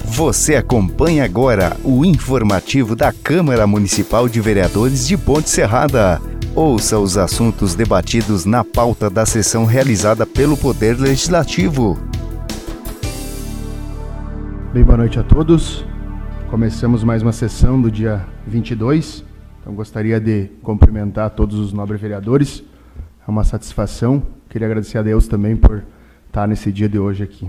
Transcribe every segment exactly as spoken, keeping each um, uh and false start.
Você acompanha agora o informativo da Câmara Municipal de Vereadores de Ponte Serrada. Ouça os assuntos debatidos na pauta da sessão realizada pelo Poder Legislativo. Bem, boa noite a todos. Começamos mais uma sessão do dia vinte e dois. Então, gostaria de cumprimentar todos os nobres vereadores. É uma satisfação. Queria agradecer a Deus também por estar nesse dia de hoje aqui.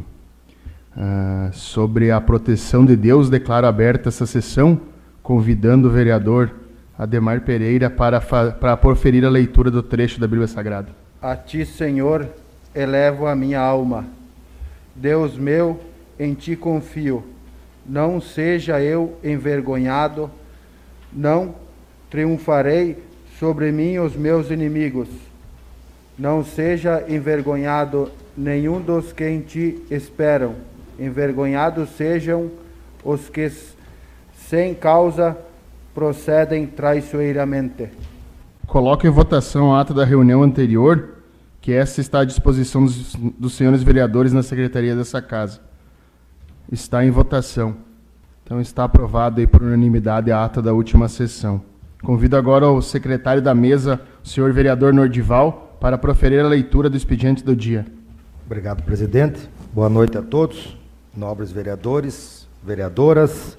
Uh, sobre a proteção de Deus, declaro aberta essa sessão, convidando o vereador Ademar Pereira para, para proferir a leitura do trecho da Bíblia Sagrada. A ti, Senhor, elevo a minha alma. Deus meu, em ti confio. Não seja eu envergonhado, não triunfarei sobre mim os meus inimigos. Não seja envergonhado nenhum dos que em ti esperam. Envergonhados sejam os que sem causa procedem traiçoeiramente. Coloco em votação a ata da reunião anterior, que essa está à disposição dos, dos senhores vereadores na secretaria dessa casa. Está em votação. Então está aprovado aí por unanimidade a ata da última sessão. Convido agora o secretário da mesa, o senhor vereador Nordival, para proferir a leitura do expediente do dia. Obrigado, presidente. Boa noite a todos, nobres vereadores, vereadoras,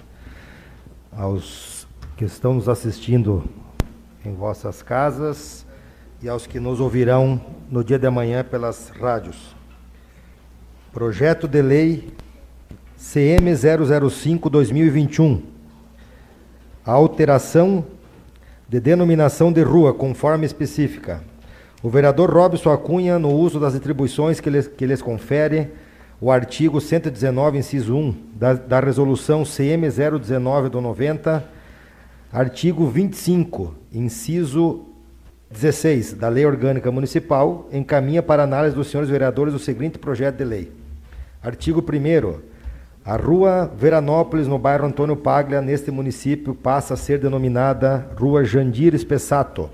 aos que estão nos assistindo em vossas casas e aos que nos ouvirão no dia de amanhã pelas rádios. Projeto de Lei C M zero zero cinco barra dois mil e vinte e um. A alteração de denominação de rua, conforme específica. O vereador Robson Acunha, no uso das atribuições que lhes, que lhes confere o artigo cento e dezenove, inciso um, da, da resolução C M zero dezenove do noventa, artigo vinte e cinco, inciso dezesseis, da Lei Orgânica Municipal, encaminha para análise dos senhores vereadores o seguinte projeto de lei. Artigo primeiro. A Rua Veranópolis, no bairro Antônio Paglia, neste município, passa a ser denominada Rua Jandir Spessato.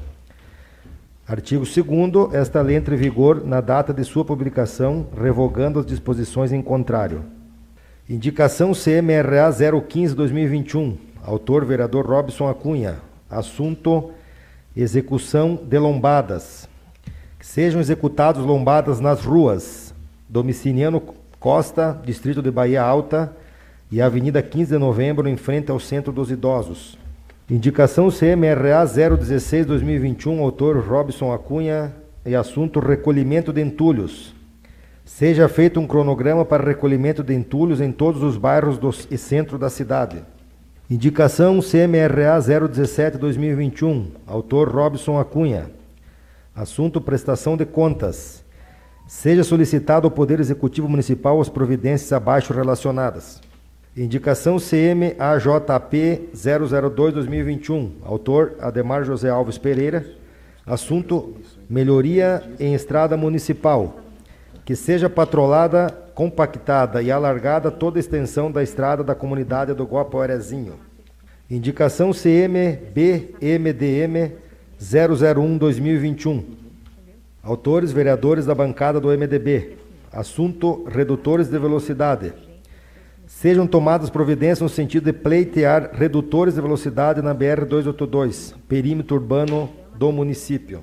Artigo segundo. Esta lei entra em vigor na data de sua publicação, revogando as disposições em contrário. Indicação C M R A zero quinze barra dois mil e vinte e um. Autor, vereador Robson Acunha. Assunto, execução de lombadas. Que sejam executados lombadas nas ruas Domiciliano Costa, distrito de Bahia Alta, e Avenida quinze de Novembro, em frente ao Centro dos Idosos. Indicação C M R A zero dezesseis barra dois mil e vinte e um, autor Robson Acunha, e assunto recolhimento de entulhos. Seja feito um cronograma para recolhimento de entulhos em todos os bairros do, e centro da cidade. Indicação C M R A zero dezessete barra dois mil e vinte e um, autor Robson Acunha. Assunto prestação de contas. Seja solicitado ao Poder Executivo Municipal as providências abaixo relacionadas. Indicação C M A J P zero zero dois barra dois mil e vinte e um. Autor Ademar José Alves Pereira. Assunto melhoria em estrada municipal. Que seja patrolada, compactada e alargada toda a extensão da estrada da comunidade do Guapoarezinho. Indicação C M B M D M zero zero um barra dois mil e vinte e um. Autores, vereadores da bancada do M D B. Assunto, redutores de velocidade. Sejam tomadas providências no sentido de pleitear redutores de velocidade na B R duzentos e oitenta e dois, perímetro urbano do município.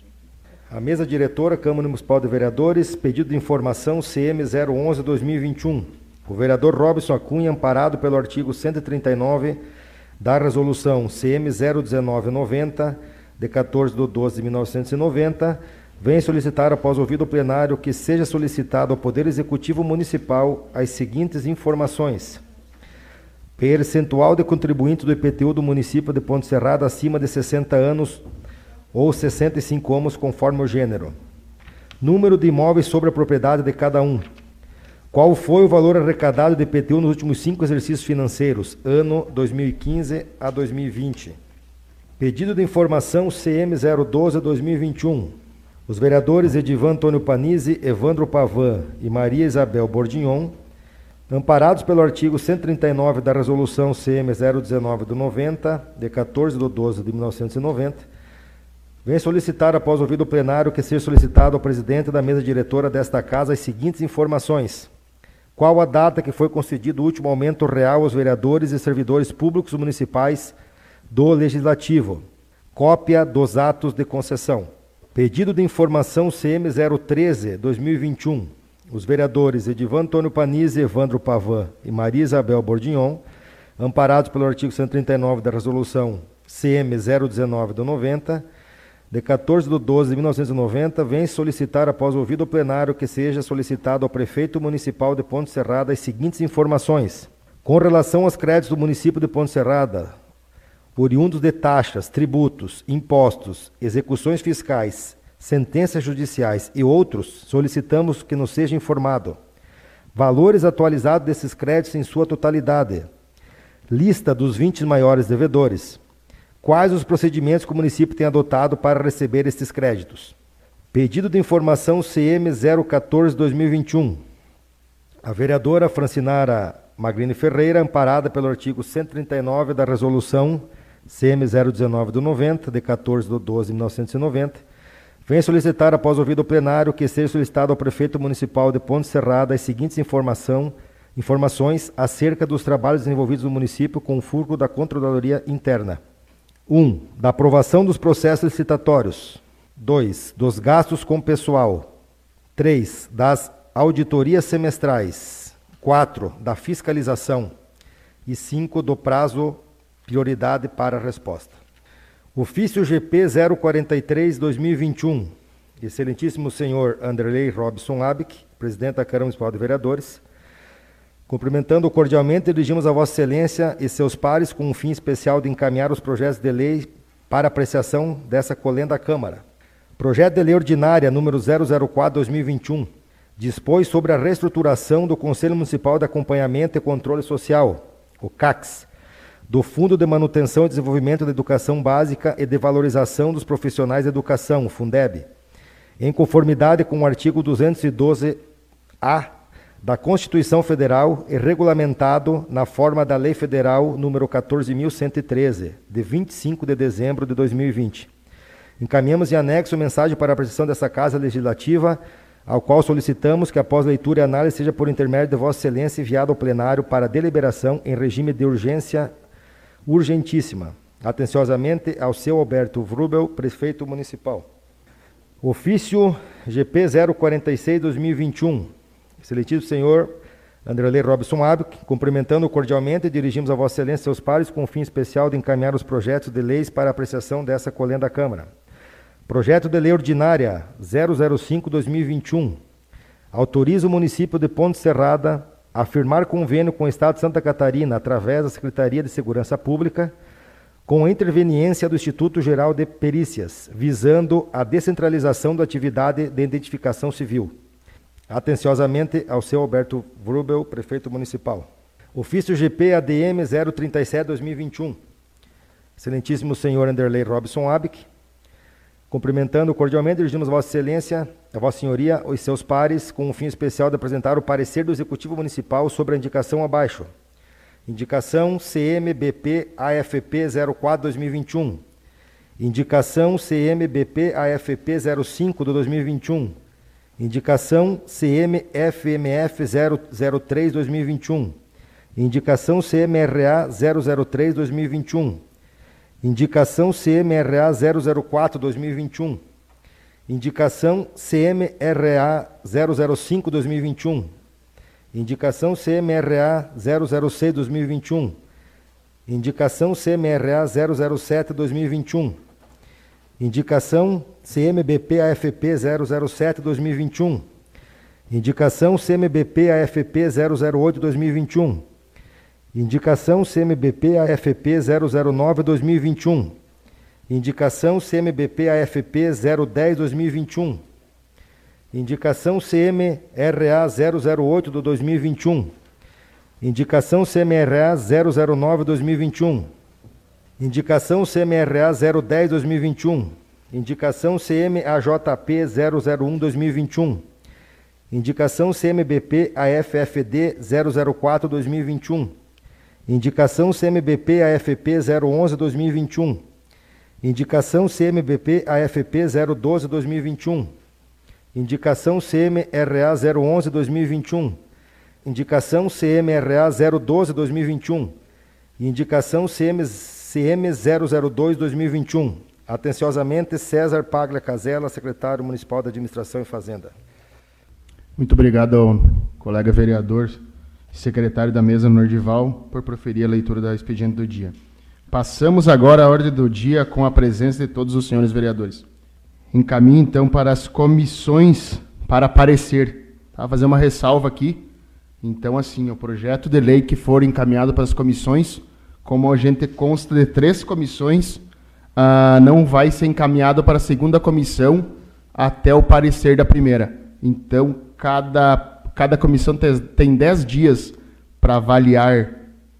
A mesa diretora, Câmara Municipal de Vereadores, pedido de informação C M zero onze barra dois mil e vinte e um. O vereador Robson Acunha, amparado pelo artigo cento e trinta e nove da resolução C M zero dezenove barra noventa, de quatorze de doze de mil novecentos e noventa, vem solicitar, após ouvido o plenário, que seja solicitado ao Poder Executivo Municipal as seguintes informações. Percentual de contribuinte do I P T U do município de Ponte Serrada acima de sessenta anos ou sessenta e cinco anos, conforme o gênero. Número de imóveis sobre a propriedade de cada um. Qual foi o valor arrecadado de I P T U nos últimos cinco exercícios financeiros, ano dois mil e quinze a dois mil e vinte. Pedido de informação C M zero doze barra dois mil e vinte e um. Os vereadores Edivan Antônio Panizzi, Evandro Pavan e Maria Isabel Bordignon, amparados pelo artigo cento e trinta e nove da resolução C M zero dezenove do noventa, de quatorze de doze de mil novecentos e noventa, vem solicitar, após ouvido o plenário, que seja solicitado ao presidente da mesa diretora desta casa as seguintes informações. Qual a data que foi concedido o último aumento real aos vereadores e servidores públicos municipais do Legislativo? Cópia dos atos de concessão. Pedido de informação C M zero treze, dois mil e vinte e um. Os vereadores Edivan Antônio Panizzi, Evandro Pavan e Maria Isabel Bordignon, amparados pelo artigo cento e trinta e nove da Resolução C M zero dezenove do noventa, de quatorze de doze de mil novecentos e noventa, vem solicitar, após ouvido o plenário, que seja solicitado ao prefeito municipal de Ponte Serrada as seguintes informações. Com relação aos créditos do município de Ponte Serrada, oriundos de taxas, tributos, impostos, execuções fiscais, sentenças judiciais e outros, solicitamos que nos seja informado valores atualizados desses créditos em sua totalidade, lista dos vinte maiores devedores, quais os procedimentos que o município tem adotado para receber estes créditos. Pedido de informação C M zero quatorze, dois mil e vinte e um. A vereadora Francinara Magrini Ferreira, amparada pelo artigo cento e trinta e nove da Resolução C M zero dezenove do noventa, de quatorze de doze de mil novecentos e noventa, vem solicitar, após ouvido o plenário, que seja solicitado ao prefeito municipal de Ponte Serrada as seguintes informação, informações acerca dos trabalhos desenvolvidos no município com o furgo da Controladoria Interna. um. Da aprovação dos processos licitatórios. dois. Dos gastos com pessoal. três. Das auditorias semestrais. quatro. Da fiscalização. E cinco. Do prazo prioridade para a resposta. Ofício G P zero quarenta e três, dois mil e vinte e um. Excelentíssimo senhor Anderley Robson Abic, presidente da Câmara Municipal de Vereadores, cumprimentando cordialmente, dirigimos a Vossa Excelência e seus pares com um fim especial de encaminhar os projetos de lei para apreciação dessa colenda Câmara. Projeto de Lei Ordinária número zero zero quatro, dois mil e vinte e um dispôs sobre a reestruturação do Conselho Municipal de Acompanhamento e Controle Social, o C A C S, do Fundo de Manutenção e Desenvolvimento da Educação Básica e de Valorização dos Profissionais de Educação, o Fundeb, em conformidade com o artigo duzentos e doze A da Constituição Federal e regulamentado na forma da Lei Federal número quatorze mil cento e treze, de vinte e cinco de dezembro de dois mil e vinte. Encaminhamos em anexo mensagem para a apreciação dessa Casa Legislativa, ao qual solicitamos que, após leitura e análise, seja por intermédio de Vossa Excelência enviado ao plenário para deliberação em regime de urgência urgentíssima. Atenciosamente, ao seu Alberto Vrubel, prefeito municipal. Ofício G P zero quarenta e seis, dois mil e vinte e um. Excelentíssimo senhor Anderley Robson Abic, cumprimentando cordialmente, dirigimos a Vossa Excelência e seus pares com o fim especial de encaminhar os projetos de leis para apreciação dessa colenda Câmara. Projeto de Lei Ordinária zero zero cinco, dois mil e vinte e um. Autoriza o município de Ponte Serrada a firmar convênio com o Estado de Santa Catarina, através da Secretaria de Segurança Pública, com a interveniência do Instituto Geral de Perícias, visando a descentralização da atividade de identificação civil. Atenciosamente, ao seu Alberto Vrubel, prefeito municipal. Ofício G P A D M zero trinta e sete, dois mil e vinte e um. Excelentíssimo senhor Anderley Robson Abic, cumprimentando cordialmente, dirigimos a Vossa Excelência, a Vossa Senhoria e seus pares, com o fim especial de apresentar o parecer do Executivo Municipal sobre a indicação abaixo. Indicação C M B P A F P zero quatro, dois mil e vinte e um. Indicação C M B P A F P zero cinco, de dois mil e vinte e um. Indicação C M F M F zero zero três, dois mil e vinte e um. Indicação C M R A zero zero três, dois mil e vinte e um. Indicação C M R A zero zero quatro, dois mil e vinte e um. Indicação C M R A zero zero cinco, dois mil e vinte e um. Indicação C M R A zero zero seis, dois mil e vinte e um. Indicação C M R A zero zero sete, dois mil e vinte e um. Indicação C M B P A F P zero zero sete, dois mil e vinte e um. Indicação C M B P A F P zero zero oito, dois mil e vinte e um. Indicação C M B P A F P zero zero nove, dois mil e vinte e um. Indicação C M B P A F P zero dez, dois mil e vinte e um. Indicação C M R A zero zero oito, do dois mil e vinte e um. Indicação C M R A zero zero nove, dois mil e vinte e um. Indicação C M R A zero dez, dois mil e vinte e um. Indicação C M A J P zero zero um, dois mil e vinte e um. Indicação C M B P A F F D zero zero quatro, dois mil e vinte e um. Indicação C M B P A F P zero onze, dois mil e vinte e um. Indicação C M B P A F P zero doze, dois mil e vinte e um. Indicação C M R A zero onze, dois mil e vinte e um. indicação C M R A zero doze barra dois mil e vinte e um e indicação C M zero zero dois barra dois mil e vinte e um. Atenciosamente, César Paglia Casella, secretário municipal da Administração e Fazenda. Muito obrigado ao colega vereador e secretário da mesa, Nordival, por proferir a leitura da expediente do dia. Passamos agora à ordem do dia com a presença de todos os senhores vereadores. Encaminho, então, para as comissões para parecer. Tá? Vou fazer uma ressalva aqui. Então, assim, o projeto de lei que for encaminhado para as comissões, como a gente consta de três comissões, ah, não vai ser encaminhado para a segunda comissão até o parecer da primeira. Então, cada, cada comissão te, tem dez dias para avaliar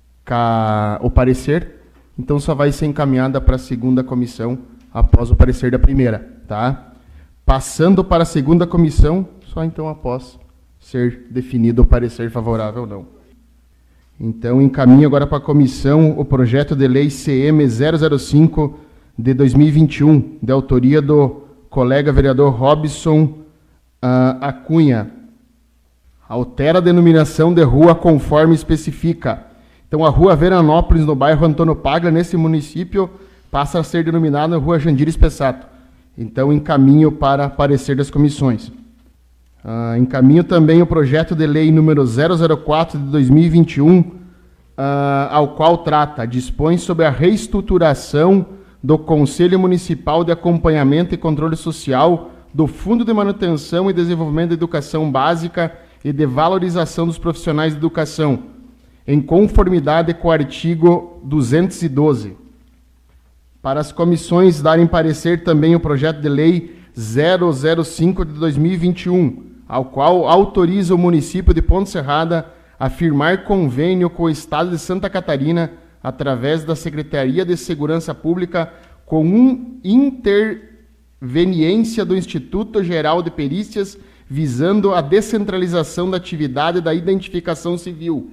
ca, o parecer, então só vai ser encaminhada para a segunda comissão após o parecer da primeira, tá? Passando para a segunda comissão, só então após ser definido o parecer favorável ou não. Então, encaminho agora para a comissão o projeto de lei C M zero zero cinco de dois mil e vinte e um, de autoria do colega vereador Robson uh, Acunha. Altera a denominação de rua conforme especifica. Então, a rua Veranópolis, no bairro Antônio Paglia, nesse município, passa a ser denominada Rua Jandir Espessato. Então, encaminho para parecer das comissões. Uh, encaminho também o projeto de lei número zero zero quatro de dois mil e vinte e um, uh, ao qual trata, dispõe sobre a reestruturação do Conselho Municipal de Acompanhamento e Controle Social do Fundo de Manutenção e Desenvolvimento da Educação Básica e de Valorização dos Profissionais de Educação, em conformidade com o artigo duzentos e doze. Para as comissões darem parecer também o projeto de lei zero zero cinco de dois mil e vinte e um, ao qual autoriza o município de Ponte Serrada a firmar convênio com o Estado de Santa Catarina através da Secretaria de Segurança Pública com um interveniência do Instituto Geral de Perícias visando a descentralização da atividade da identificação civil.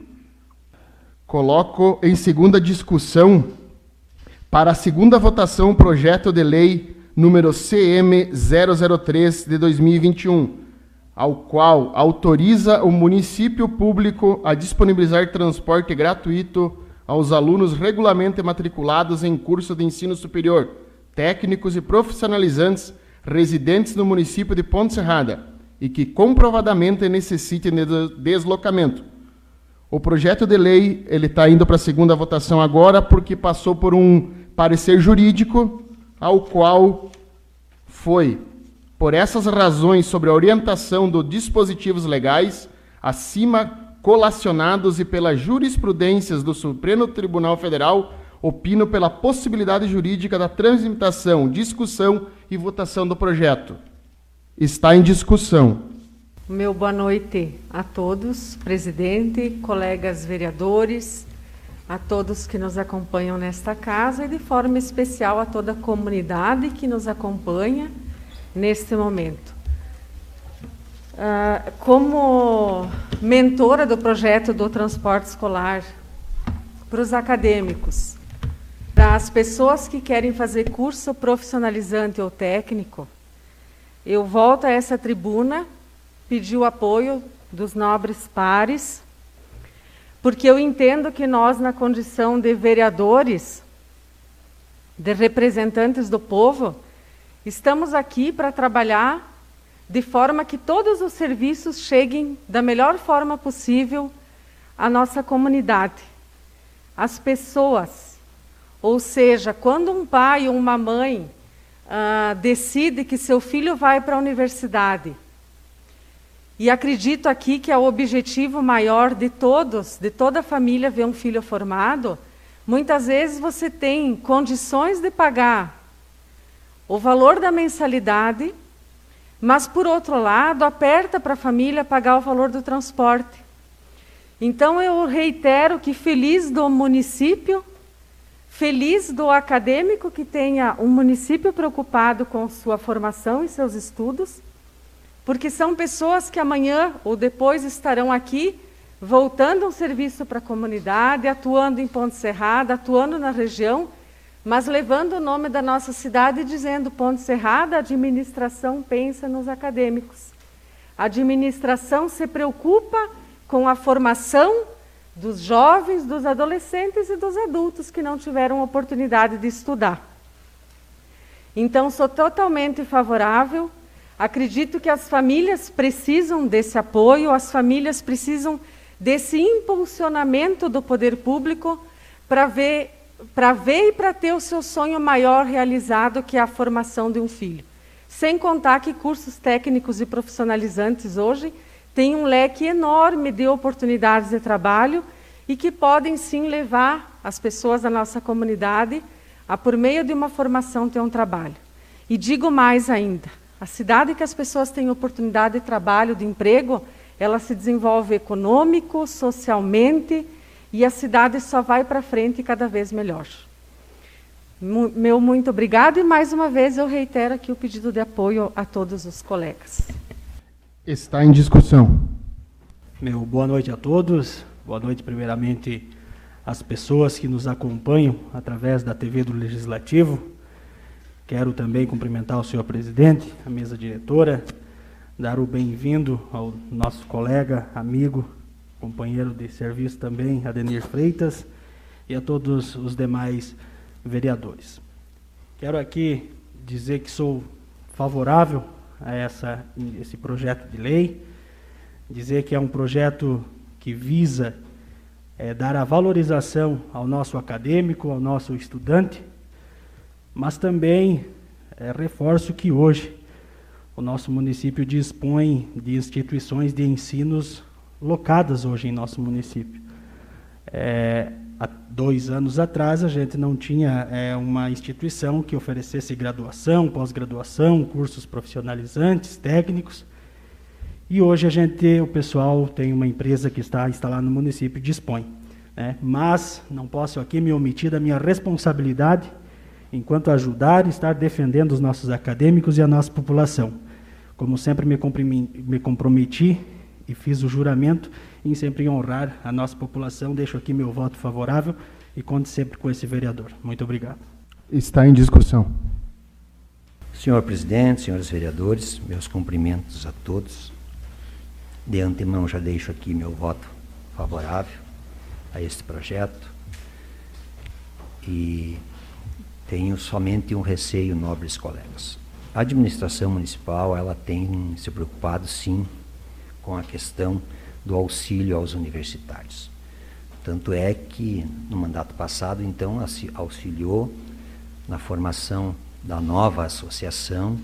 Coloco em segunda discussão para a segunda votação o projeto de lei número C M zero zero três de dois mil e vinte e um, ao qual autoriza o município público a disponibilizar transporte gratuito aos alunos regularmente matriculados em curso de ensino superior, técnicos e profissionalizantes residentes no município de Ponte Serrada e que comprovadamente necessitem de deslocamento. O projeto de lei ele está indo para a segunda votação agora porque passou por um parecer jurídico ao qual foi, por essas razões sobre a orientação dos dispositivos legais acima colacionados e pelas jurisprudências do Supremo Tribunal Federal, opino pela possibilidade jurídica da tramitação, discussão e votação do projeto. Está em discussão. Meu boa noite a todos, presidente, colegas vereadores, a todos que nos acompanham nesta casa e de forma especial a toda a comunidade que nos acompanha neste momento. Uh, como mentora do projeto do transporte escolar para os acadêmicos, para as pessoas que querem fazer curso profissionalizante ou técnico, eu volto a essa tribuna pedir o apoio dos nobres pares, porque eu entendo que nós, na condição de vereadores, de representantes do povo, estamos aqui para trabalhar de forma que todos os serviços cheguem da melhor forma possível à nossa comunidade, às pessoas. Ou seja, quando um pai ou uma mãe uh, decide que seu filho vai para a universidade, e acredito aqui que é o objetivo maior de todos, de toda a família ver um filho formado, muitas vezes você tem condições de pagar o valor da mensalidade, mas, por outro lado, aperta para a família pagar o valor do transporte. Então, eu reitero que feliz do município, feliz do acadêmico que tenha um município preocupado com sua formação e seus estudos, porque são pessoas que amanhã ou depois estarão aqui, voltando um serviço para a comunidade, atuando em Ponte Serrada, atuando na região, mas levando o nome da nossa cidade e dizendo: Ponte Serrada, a administração pensa nos acadêmicos. A administração se preocupa com a formação dos jovens, dos adolescentes e dos adultos que não tiveram oportunidade de estudar. Então, sou totalmente favorável. Acredito que as famílias precisam desse apoio, as famílias precisam desse impulsionamento do poder público para ver, para ver e para ter o seu sonho maior realizado, que é a formação de um filho. Sem contar que cursos técnicos e profissionalizantes hoje têm um leque enorme de oportunidades de trabalho e que podem sim levar as pessoas da nossa comunidade a, por meio de uma formação, ter um trabalho. E digo mais ainda, a cidade que as pessoas têm oportunidade de trabalho, de emprego, ela se desenvolve econômico, socialmente, e a cidade só vai para frente cada vez melhor. Meu muito obrigado, e mais uma vez eu reitero aqui o pedido de apoio a todos os colegas. Está em discussão. Meu boa noite a todos. Boa noite, primeiramente, às pessoas que nos acompanham através da T V do Legislativo. Quero também cumprimentar o senhor presidente, a mesa diretora, dar o bem-vindo ao nosso colega, amigo, companheiro de serviço também, Adenir Freitas, e a todos os demais vereadores. Quero aqui dizer que sou favorável a essa, esse projeto de lei, dizer que é um projeto que visa é, dar a valorização ao nosso acadêmico, ao nosso estudante, mas também é, reforço que hoje o nosso município dispõe de instituições de ensinos locadas hoje em nosso município. É, há dois anos atrás a gente não tinha é, uma instituição que oferecesse graduação, pós-graduação, cursos profissionalizantes, técnicos, e hoje a gente, o pessoal tem uma empresa que está instalada no município e dispõe, né? Mas não posso aqui me omitir da minha responsabilidade enquanto ajudar e estar defendendo os nossos acadêmicos e a nossa população. Como sempre me comprometi e fiz o juramento em sempre honrar a nossa população, deixo aqui meu voto favorável e conto sempre com esse vereador. Muito obrigado. Está em discussão. Senhor presidente, senhores vereadores, meus cumprimentos a todos. De antemão já deixo aqui meu voto favorável a este projeto e tenho somente um receio, nobres colegas. A administração municipal, ela tem se preocupado sim com a questão do auxílio aos universitários. Tanto é que no mandato passado, então, auxiliou na formação da nova associação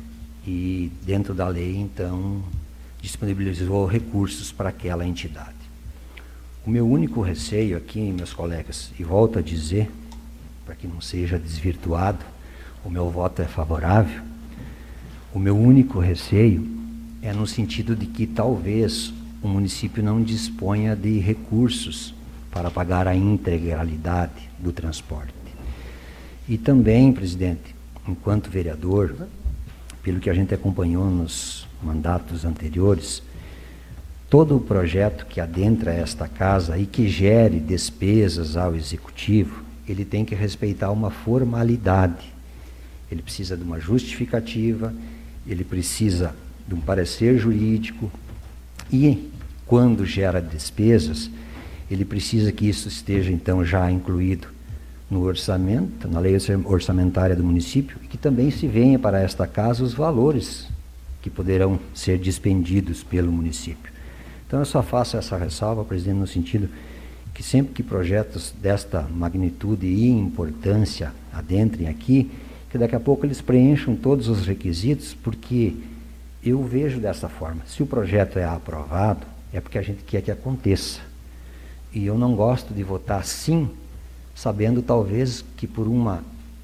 e dentro da lei, então, disponibilizou recursos para aquela entidade. O meu único receio aqui, meus colegas, e volto a dizer, para que não seja desvirtuado, o meu voto é favorável, o meu único receio é no sentido de que talvez o município não disponha de recursos para pagar a integralidade do transporte. E também, presidente, enquanto vereador, pelo que a gente acompanhou nos mandatos anteriores, todo o projeto que adentra esta casa e que gere despesas ao executivo, ele tem que respeitar uma formalidade. Ele precisa de uma justificativa, ele precisa de um parecer jurídico e, quando gera despesas, ele precisa que isso esteja, então, já incluído no orçamento, na lei orçamentária do município, e que também se venha para esta casa os valores que poderão ser dispendidos pelo município. Então, eu só faço essa ressalva, presidente, no sentido que sempre que projetos desta magnitude e importância adentrem aqui, que daqui a pouco eles preencham todos os requisitos, porque eu vejo dessa forma, se o projeto é aprovado, é porque a gente quer que aconteça. E eu não gosto de votar sim, sabendo talvez que por uma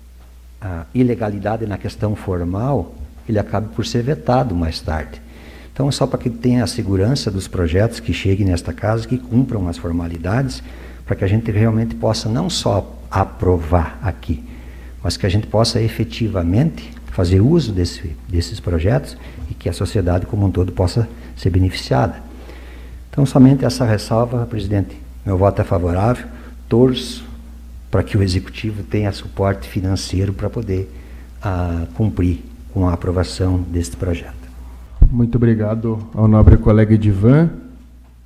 a, ilegalidade na questão formal, ele acabe por ser vetado mais tarde. Então é só para que tenha a segurança dos projetos que cheguem nesta casa, que cumpram as formalidades, para que a gente realmente possa não só aprovar aqui, mas que a gente possa efetivamente fazer uso desse, desses projetos e que a sociedade como um todo possa ser beneficiada. Então, somente essa ressalva, presidente, meu voto é favorável, torço para que o Executivo tenha suporte financeiro para poder ah, cumprir com a aprovação deste projeto. Muito obrigado ao nobre colega Edivan.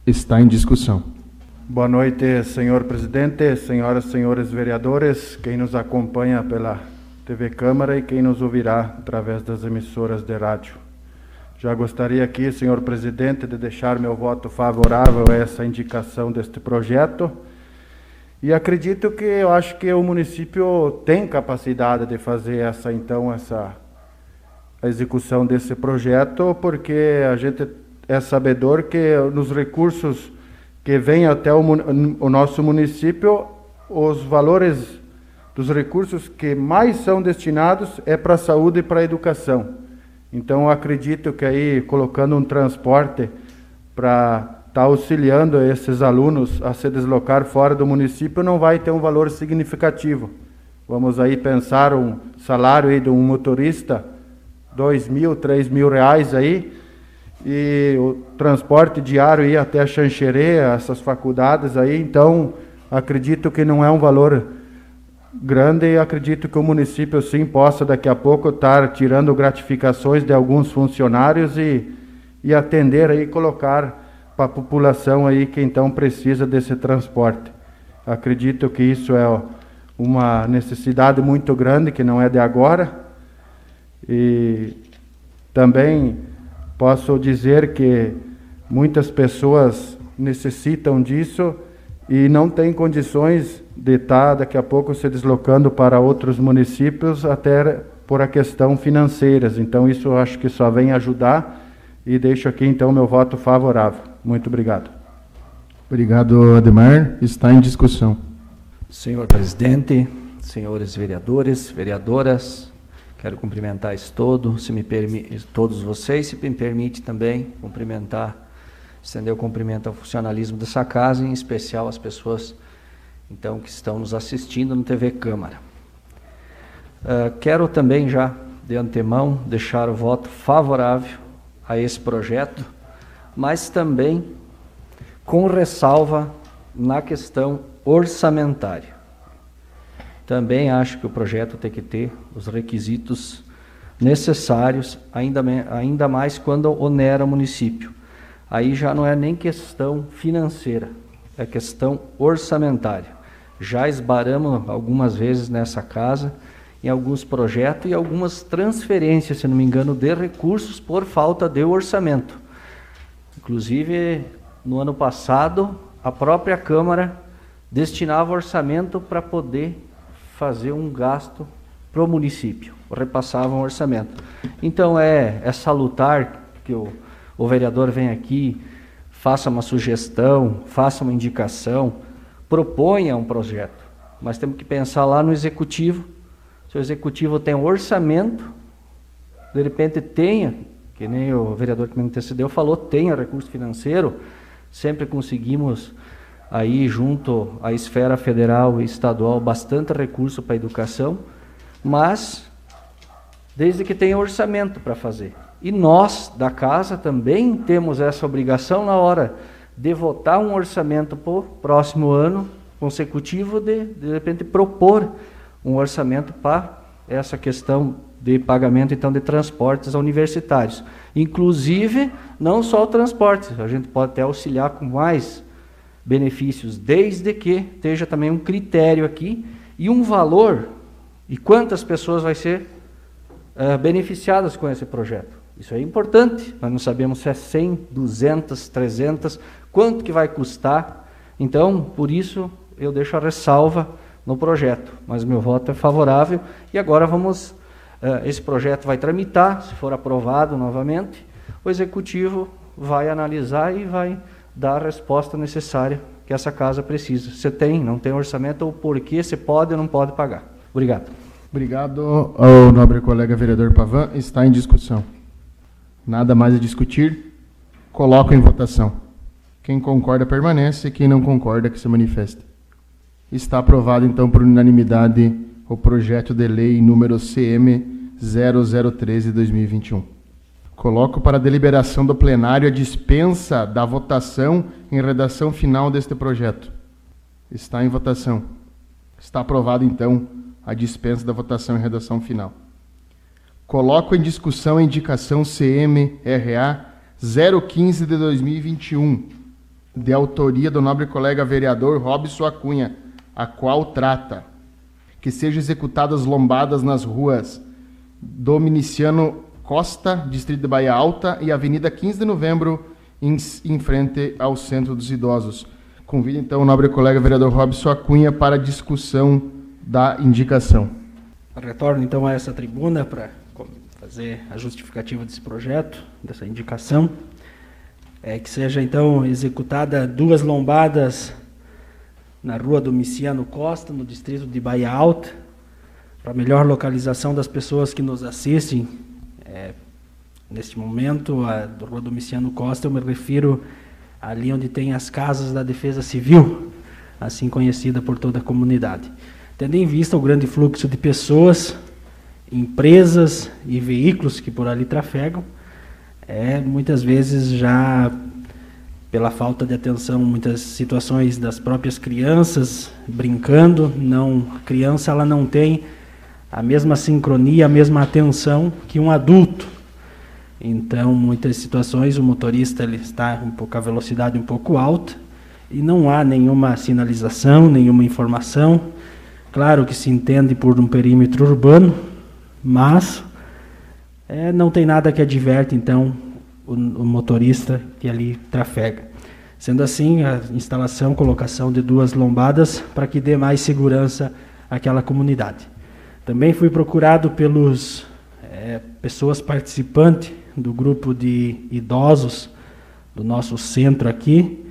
está em discussão. Boa noite, senhor presidente, senhoras e senhores vereadores, quem nos acompanha pela T V Câmara e quem nos ouvirá através das emissoras de rádio. Já gostaria aqui, senhor presidente, de deixar meu voto favorável a essa indicação deste projeto. E acredito que eu acho que o município tem capacidade de fazer essa, então, essa a execução desse projeto, porque a gente é sabedor que nos recursos que vêm até o, o nosso município, os valores dos recursos que mais são destinados é para a saúde e para a educação. Então, eu acredito que aí, colocando um transporte para estar tá auxiliando esses alunos a se deslocar fora do município, não vai ter um valor significativo. Vamos aí pensar um salário aí de um motorista, dois mil, três mil reais aí, e o transporte diário aí até a Xanxerê, essas faculdades aí, então, acredito que não é um valor grande e acredito que o município sim possa daqui a pouco estar tirando gratificações de alguns funcionários e, e atender aí, colocar para a população aí que então precisa desse transporte. Acredito que isso é uma necessidade muito grande, que não é de agora, e também posso dizer que muitas pessoas necessitam disso e não têm condições de estar daqui a pouco se deslocando para outros municípios, até por a questão financeiras. Então isso eu acho que só vem ajudar e deixo aqui então meu voto favorável. Muito obrigado. Obrigado, Ademar. Está em discussão. Senhor presidente, senhores vereadores, vereadoras, quero cumprimentar todo, se me permi- todos vocês, se me permite também cumprimentar, estender o cumprimento ao funcionalismo dessa casa, em especial as pessoas então que estão nos assistindo no T V Câmara. Uh, quero também já, de antemão, deixar o voto favorável a esse projeto, mas também com ressalva na questão orçamentária. Também acho que o projeto tem que ter os requisitos necessários, ainda, ainda mais quando onera o município. Aí já não é nem questão financeira, é questão orçamentária. Já esbaramos algumas vezes nessa casa, em alguns projetos e algumas transferências, se não me engano, de recursos por falta de orçamento. Inclusive, no ano passado, a própria Câmara destinava orçamento para poder fazer um gasto para o município, repassava um orçamento. Então, é, é salutar que o, o vereador venha aqui, faça uma sugestão, faça uma indicação, proponha um projeto. Mas temos que pensar lá no executivo. Se o executivo tem um orçamento, de repente tenha, que nem o vereador que me antecedeu falou, tenha recurso financeiro, sempre conseguimos aí junto à esfera federal e estadual bastante recurso para a educação, mas desde que tenha orçamento para fazer. E nós, da casa, também temos essa obrigação na hora de votar um orçamento para o próximo ano consecutivo, de, de repente, propor um orçamento para essa questão de pagamento, então, de transportes universitários. Inclusive, não só o transporte, a gente pode até auxiliar com mais benefícios, desde que esteja também um critério aqui e um valor, e quantas pessoas vai ser uh, beneficiadas com esse projeto. Isso é importante, nós não sabemos se é cem, duzentas, trezentas, quanto que vai custar. Então, por isso, eu deixo a ressalva no projeto, mas meu voto é favorável. E agora vamos, uh, esse projeto vai tramitar, se for aprovado novamente, o Executivo vai analisar e vai dar a resposta necessária que essa casa precisa. Se tem, não tem orçamento, ou por que se pode ou não pode pagar. Obrigado. Obrigado ao nobre colega vereador Pavan. Está em discussão. Nada mais a discutir. Coloco em votação. Quem concorda permanece, quem não concorda que se manifeste. Está aprovado, então, por unanimidade, o projeto de lei número C M zero zero treze de dois mil e vinte e um. Coloco para deliberação do plenário a dispensa da votação em redação final deste projeto. Está em votação. Está aprovado, então, a dispensa da votação em redação final. Coloco em discussão a indicação C M R A zero quinze de dois mil e vinte e um. de autoria do nobre colega vereador Robson Acunha, a qual trata que sejam executadas lombadas nas ruas Dominiciano Costa, distrito de Bahia Alta, e Avenida quinze de Novembro, em, em frente ao Centro dos Idosos. Convido então o nobre colega vereador Robson Acunha para a discussão da indicação. Retorno então a essa tribuna para fazer a justificativa desse projeto, dessa indicação. É que seja então executada duas lombadas na rua Domiciano Costa, no distrito de Bahia Alta, para melhor localização das pessoas que nos assistem. É, neste momento, a rua Domiciano Costa, eu me refiro ali onde tem as casas da Defesa Civil, assim conhecida por toda a comunidade. Tendo em vista o grande fluxo de pessoas, empresas e veículos que por ali trafegam, é, muitas vezes já pela falta de atenção, muitas situações das próprias crianças brincando, não, a criança ela não tem a mesma sincronia, a mesma atenção que um adulto. Então, muitas situações o motorista ele está um pouco a velocidade um pouco alta e não há nenhuma sinalização, nenhuma informação. Claro que se entende por um perímetro urbano, mas é, não tem nada que adverte, então, o, o motorista que ali trafega. Sendo assim, a instalação, colocação de duas lombadas para que dê mais segurança àquela comunidade. Também fui procurado pelos é, pessoas participantes do grupo de idosos do nosso centro aqui,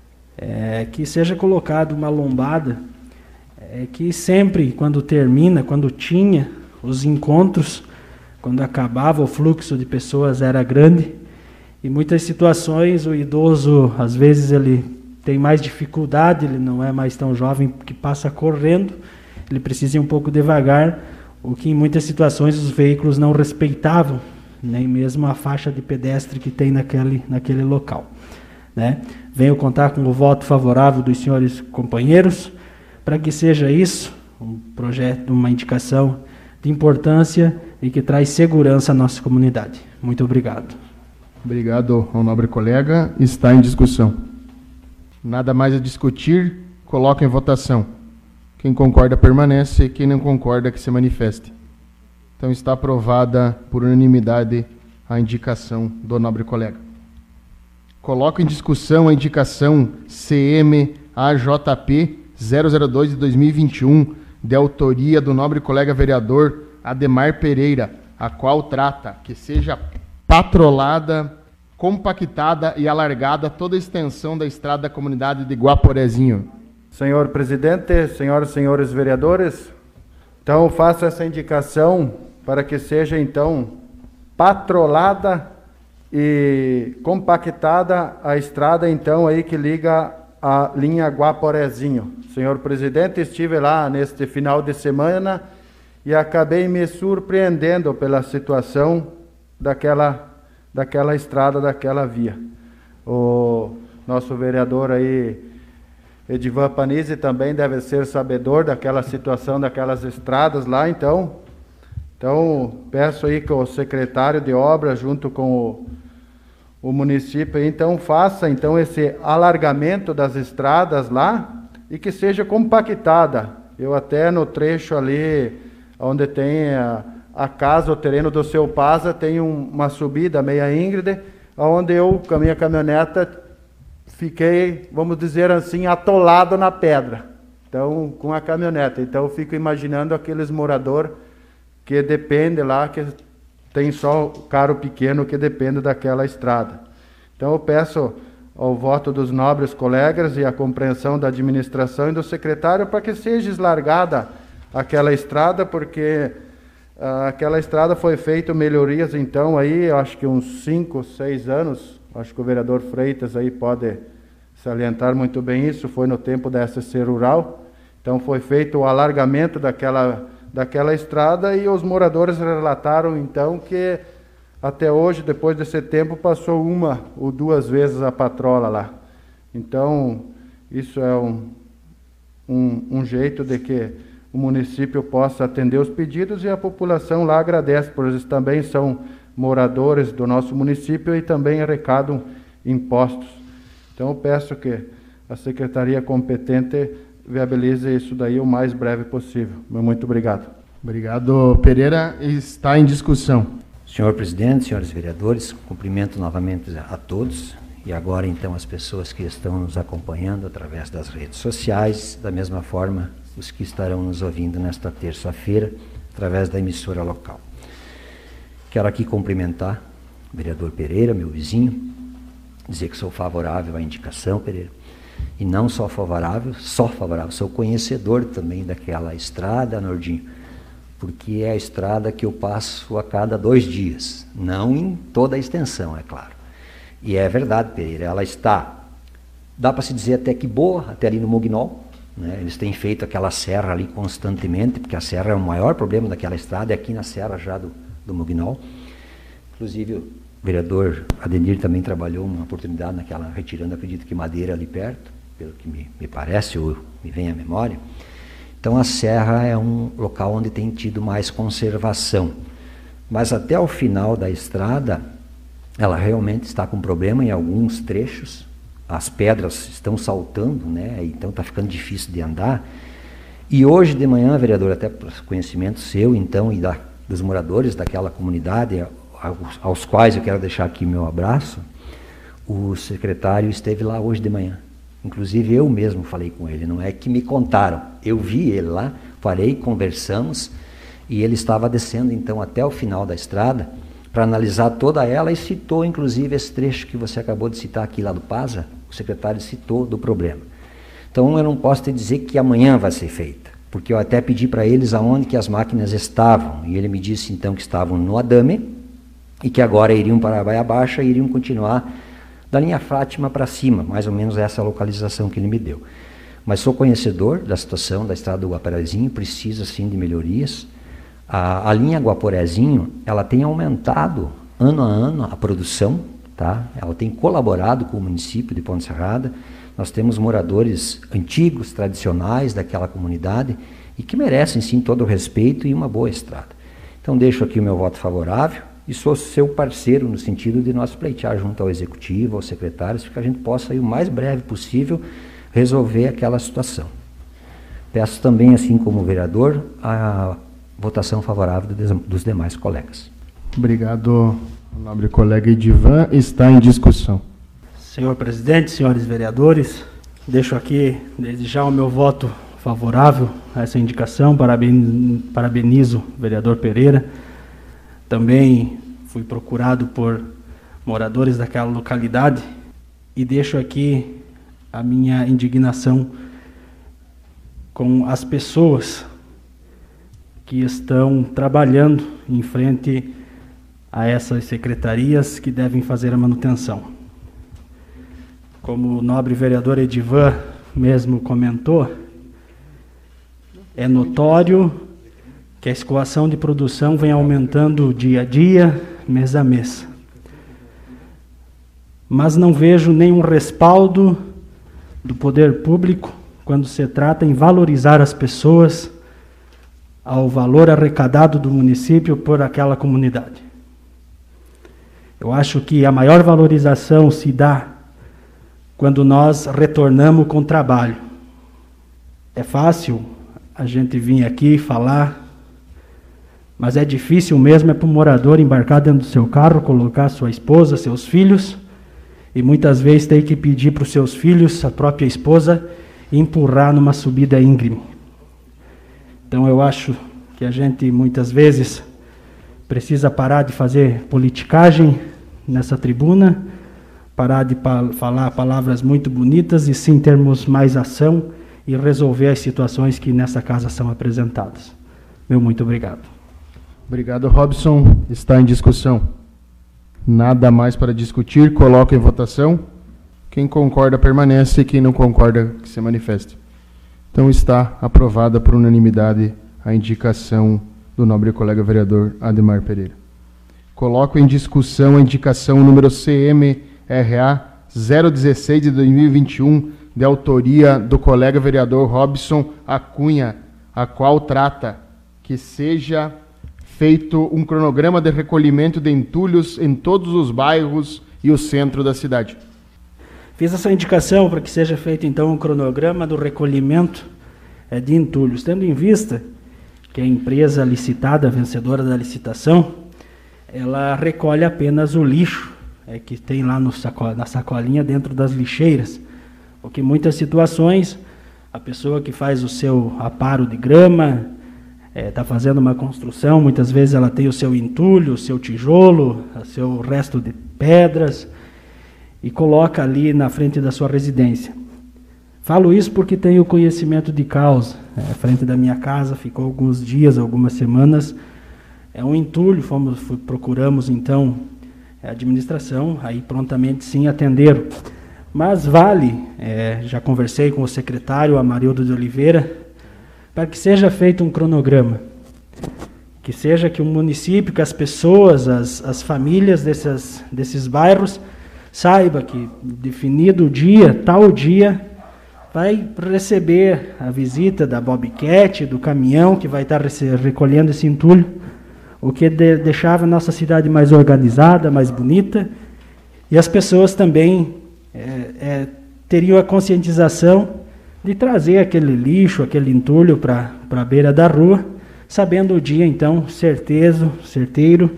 é, que seja colocado uma lombada, é, que sempre, quando termina, quando tinha os encontros, quando acabava o fluxo de pessoas era grande, e muitas situações o idoso, às vezes ele tem mais dificuldade, ele não é mais tão jovem que passa correndo, ele precisa ir um pouco devagar, o que em muitas situações os veículos não respeitavam, nem mesmo a faixa de pedestre que tem naquele, naquele local. Né? Venho contar com o voto favorável dos senhores companheiros, para que seja isso, um projeto, uma indicação de importância e que traz segurança à nossa comunidade. Muito obrigado. Obrigado ao nobre colega. Está em discussão. Nada mais a discutir, coloca em votação. Quem concorda permanece, quem não concorda que se manifeste. Então está aprovada por unanimidade a indicação do nobre colega. Coloco em discussão a indicação C M A J P zero zero dois de dois mil e vinte e um, de autoria do nobre colega vereador Ademar Pereira, a qual trata que seja patrolada, compactada e alargada toda a extensão da estrada da comunidade de Guaporezinho. Senhor presidente, senhoras e senhores vereadores, então faço essa indicação para que seja então patrolada e compactada a estrada então aí que liga a linha Guaporezinho. Senhor presidente, estive lá neste final de semana e acabei me surpreendendo pela situação daquela, daquela estrada, daquela via. O nosso vereador aí, Edivan Panizzi, também deve ser sabedor daquela situação, daquelas estradas lá, então, então peço aí que o secretário de obras, junto com o, o município, então faça então esse alargamento das estradas lá e que seja compactada. Eu até no trecho ali, onde tem a, a casa, o terreno do Seu Paza, tem um, uma subida meia íngreme, onde eu, com a minha caminhoneta, fiquei, vamos dizer assim, atolado na pedra, então, com a caminhoneta. Então, eu fico imaginando aqueles moradores que dependem lá, que tem só o carro pequeno que depende daquela estrada. Então, eu peço ao voto dos nobres colegas e a compreensão da administração e do secretário para que seja eslargada aquela estrada, porque uh, aquela estrada foi feita melhorias, então, aí, acho que uns cinco, seis anos, acho que o vereador Freitas aí pode salientar muito bem isso, foi no tempo da S C Rural, então foi feito o alargamento daquela, daquela estrada e os moradores relataram então que até hoje, depois desse tempo, passou uma ou duas vezes a patrola lá. Então, isso é um, um, um jeito de que o município possa atender os pedidos e a população lá agradece, pois eles também são moradores do nosso município e também arrecadam impostos. Então eu peço que a secretaria competente viabilize isso daí o mais breve possível. Muito obrigado. Obrigado, Pereira. Está em discussão. Senhor presidente, senhores vereadores, cumprimento novamente a todos e agora então as pessoas que estão nos acompanhando através das redes sociais, da mesma forma os que estarão nos ouvindo nesta terça-feira através da emissora local. Quero aqui cumprimentar o vereador Pereira, meu vizinho, dizer que sou favorável à indicação, Pereira, e não só favorável, só favorável, sou conhecedor também daquela estrada, Nordinho, porque é a estrada que eu passo a cada dois dias, não em toda a extensão, é claro. E é verdade, Pereira, ela está, dá para se dizer até que boa, até ali no Mugnol, né? Eles têm feito aquela serra ali constantemente, porque a serra é o maior problema daquela estrada, é aqui na serra já do, do Mugnol. Inclusive o vereador Adenir também trabalhou uma oportunidade naquela, retirando, acredito que madeira ali perto, pelo que me, me parece, ou me vem à memória. Então a serra é um local onde tem tido mais conservação, mas até o final da estrada ela realmente está com problema em alguns trechos, as pedras estão saltando, né? Então está ficando difícil de andar. E hoje de manhã, vereador, até por conhecimento seu então e da, dos moradores daquela comunidade, aos, aos quais eu quero deixar aqui meu abraço, o secretário esteve lá hoje de manhã. Inclusive eu mesmo falei com ele, não é que me contaram, eu vi ele lá, falei, conversamos, e ele estava descendo então até o final da estrada para analisar toda ela e citou inclusive esse trecho que você acabou de citar aqui lá do Pasa, o secretário citou do problema. Então eu não posso te dizer que amanhã vai ser feita, porque eu até pedi para eles aonde que as máquinas estavam, e ele me disse então que estavam no Adame, e que agora iriam para a Baía Baixa e iriam continuar da linha Fátima para cima, mais ou menos essa localização que ele me deu. Mas sou conhecedor da situação da estrada do Guaporezinho, precisa sim de melhorias. A, a linha Guaporezinho, ela tem aumentado ano a ano a produção, tá? Ela tem colaborado com o município de Ponte Serrada. Nós temos moradores antigos, tradicionais daquela comunidade e que merecem sim todo o respeito e uma boa estrada. Então deixo aqui o meu voto favorável. E sou seu parceiro no sentido de nós pleitear junto ao executivo, aos secretários, para que a gente possa, aí, o mais breve possível, resolver aquela situação. Peço também, assim como vereador, a votação favorável dos demais colegas. Obrigado, nobre colega Edivan. Está em discussão. Senhor presidente, senhores vereadores, deixo aqui, desde já, o meu voto favorável a essa indicação. Parabenizo o vereador Pereira. Também fui procurado por moradores daquela localidade e deixo aqui a minha indignação com as pessoas que estão trabalhando em frente a essas secretarias que devem fazer a manutenção. Como o nobre vereador Edivan mesmo comentou, é notório que a escoação de produção vem aumentando dia a dia, mês a mês. Mas não vejo nenhum respaldo do poder público quando se trata em valorizar as pessoas ao valor arrecadado do município por aquela comunidade. Eu acho que a maior valorização se dá quando nós retornamos com trabalho. É fácil a gente vir aqui falar, mas é difícil mesmo é para o morador embarcar dentro do seu carro, colocar sua esposa, seus filhos, e muitas vezes tem que pedir para os seus filhos, a própria esposa, empurrar numa subida íngreme. Então eu acho que a gente muitas vezes precisa parar de fazer politicagem nessa tribuna, parar de pa- falar palavras muito bonitas e sim termos mais ação e resolver as situações que nessa casa são apresentadas. Meu muito obrigado. Obrigado, Robson. Está em discussão. Nada mais para discutir. Coloco em votação. Quem concorda permanece, quem não concorda que se manifeste. Então está aprovada por unanimidade a indicação do nobre colega vereador Ademar Pereira. Coloco em discussão a indicação número C M R A zero dezesseis de dois mil e vinte e um, de autoria do colega vereador Robson Acunha, a qual trata que seja feito um cronograma de recolhimento de entulhos em todos os bairros e o centro da cidade. Fiz essa indicação para que seja feito, então, um cronograma do recolhimento é, de entulhos, tendo em vista que a empresa licitada, vencedora da licitação, ela recolhe apenas o lixo é, que tem lá no saco, na sacolinha dentro das lixeiras, porque em muitas situações a pessoa que faz o seu aparo de grama, está é, fazendo uma construção, muitas vezes ela tem o seu entulho, o seu tijolo, o seu resto de pedras, e coloca ali na frente da sua residência. Falo isso porque tenho conhecimento de causa. É, à frente da minha casa ficou alguns dias, algumas semanas, é um entulho, fomos, procuramos então a administração, aí prontamente sim atenderam. Mas vale, é, já conversei com o secretário Amarildo de Oliveira, para que seja feito um cronograma, que seja que o município, que as pessoas, as, as famílias desses, desses bairros, saiba que definido o dia, tal dia, vai receber a visita da Bobcat, do caminhão que vai estar recolhendo esse entulho, o que de, deixava a nossa cidade mais organizada, mais bonita, e as pessoas também é, é, teriam a conscientização de trazer aquele lixo, aquele entulho para a beira da rua, sabendo o dia, então, certeiro, certeiro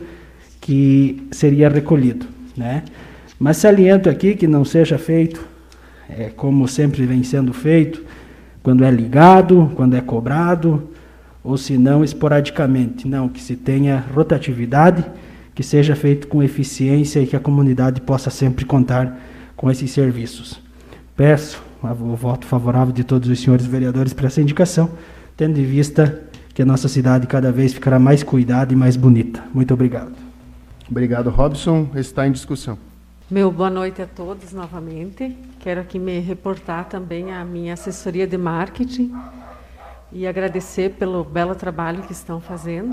que seria recolhido, né? Mas saliento aqui que não seja feito, é, como sempre vem sendo feito, quando é ligado, quando é cobrado, ou se não, esporadicamente. Não, que se tenha rotatividade, que seja feito com eficiência e que a comunidade possa sempre contar com esses serviços. Peço o voto favorável de todos os senhores vereadores para essa indicação, tendo em vista que a nossa cidade cada vez ficará mais cuidada e mais bonita. Muito obrigado. Obrigado, Robson. Está em discussão. Meu boa noite a todos novamente. Quero aqui me reportar também à minha assessoria de marketing e agradecer pelo belo trabalho que estão fazendo.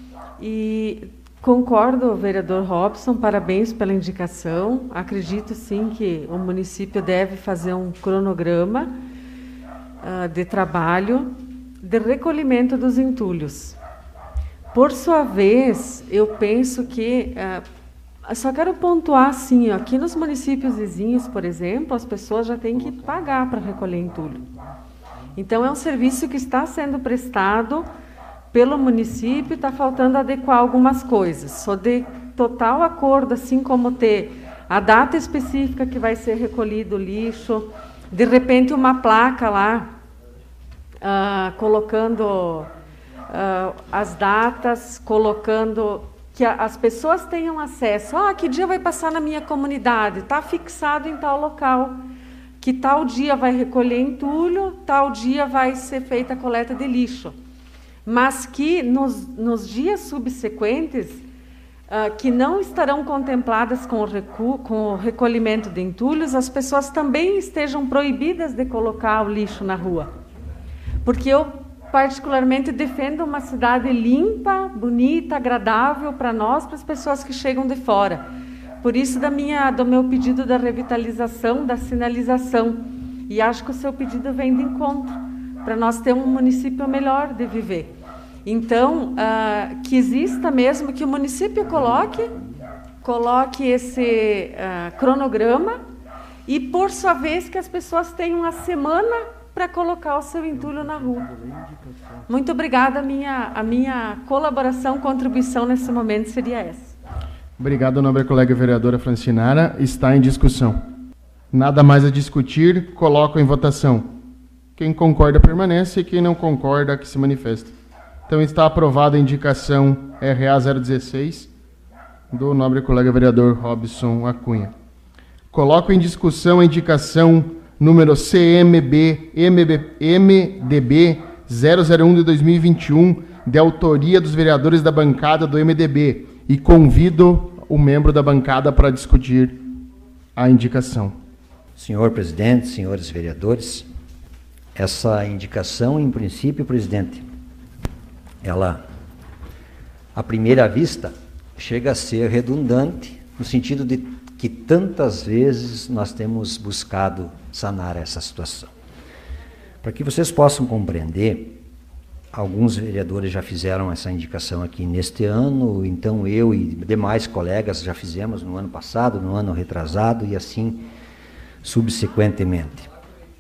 E concordo, vereador Robson, parabéns pela indicação. Acredito, sim, que o município deve fazer um cronograma uh, de trabalho de recolhimento dos entulhos. Por sua vez, eu penso que... Uh, só quero pontuar, assim, ó, aqui nos municípios vizinhos, por exemplo, as pessoas já têm que pagar para recolher entulho. Então, é um serviço que está sendo prestado pelo município, está faltando adequar algumas coisas. Sou de total acordo, assim como ter a data específica que vai ser recolhido o lixo, de repente uma placa lá, uh, colocando uh, as datas, colocando que a, as pessoas tenham acesso. Ah, que dia vai passar na minha comunidade? Está fixado em tal local. Que tal dia vai recolher entulho, tal dia vai ser feita a coleta de lixo. Mas que nos, nos dias subsequentes, uh, que não estarão contempladas com o, recu com o recolhimento de entulhos, as pessoas também estejam proibidas de colocar o lixo na rua. Porque eu, particularmente, defendo uma cidade limpa, bonita, agradável para nós, para as pessoas que chegam de fora. Por isso, da minha, do meu pedido da revitalização, da sinalização. E acho que o seu pedido vem de encontro, para nós ter um município melhor de viver. Então, uh, que exista mesmo, que o município coloque, coloque esse uh, cronograma e, por sua vez, que as pessoas tenham uma semana para colocar o seu entulho na rua. Muito obrigada. A minha, a minha colaboração, contribuição nesse momento seria essa. Obrigado, nobre colega vereadora Francinara. Está em discussão. Nada mais a discutir, coloco em votação. Quem concorda permanece e quem não concorda que se manifesta. Então está aprovada a indicação R A zero dezesseis do nobre colega vereador Robson Acunha. Coloco em discussão a indicação número C M B M D B zero zero um de dois mil e vinte e um, de autoria dos vereadores da bancada do M D B, e convido o membro da bancada para discutir a indicação. Senhor presidente, senhores vereadores, essa indicação, em princípio, presidente, ela, à primeira vista, chega a ser redundante, no sentido de que tantas vezes nós temos buscado sanar essa situação. Para que vocês possam compreender, alguns vereadores já fizeram essa indicação aqui neste ano, então eu e demais colegas já fizemos no ano passado, no ano retrasado, e assim subsequentemente.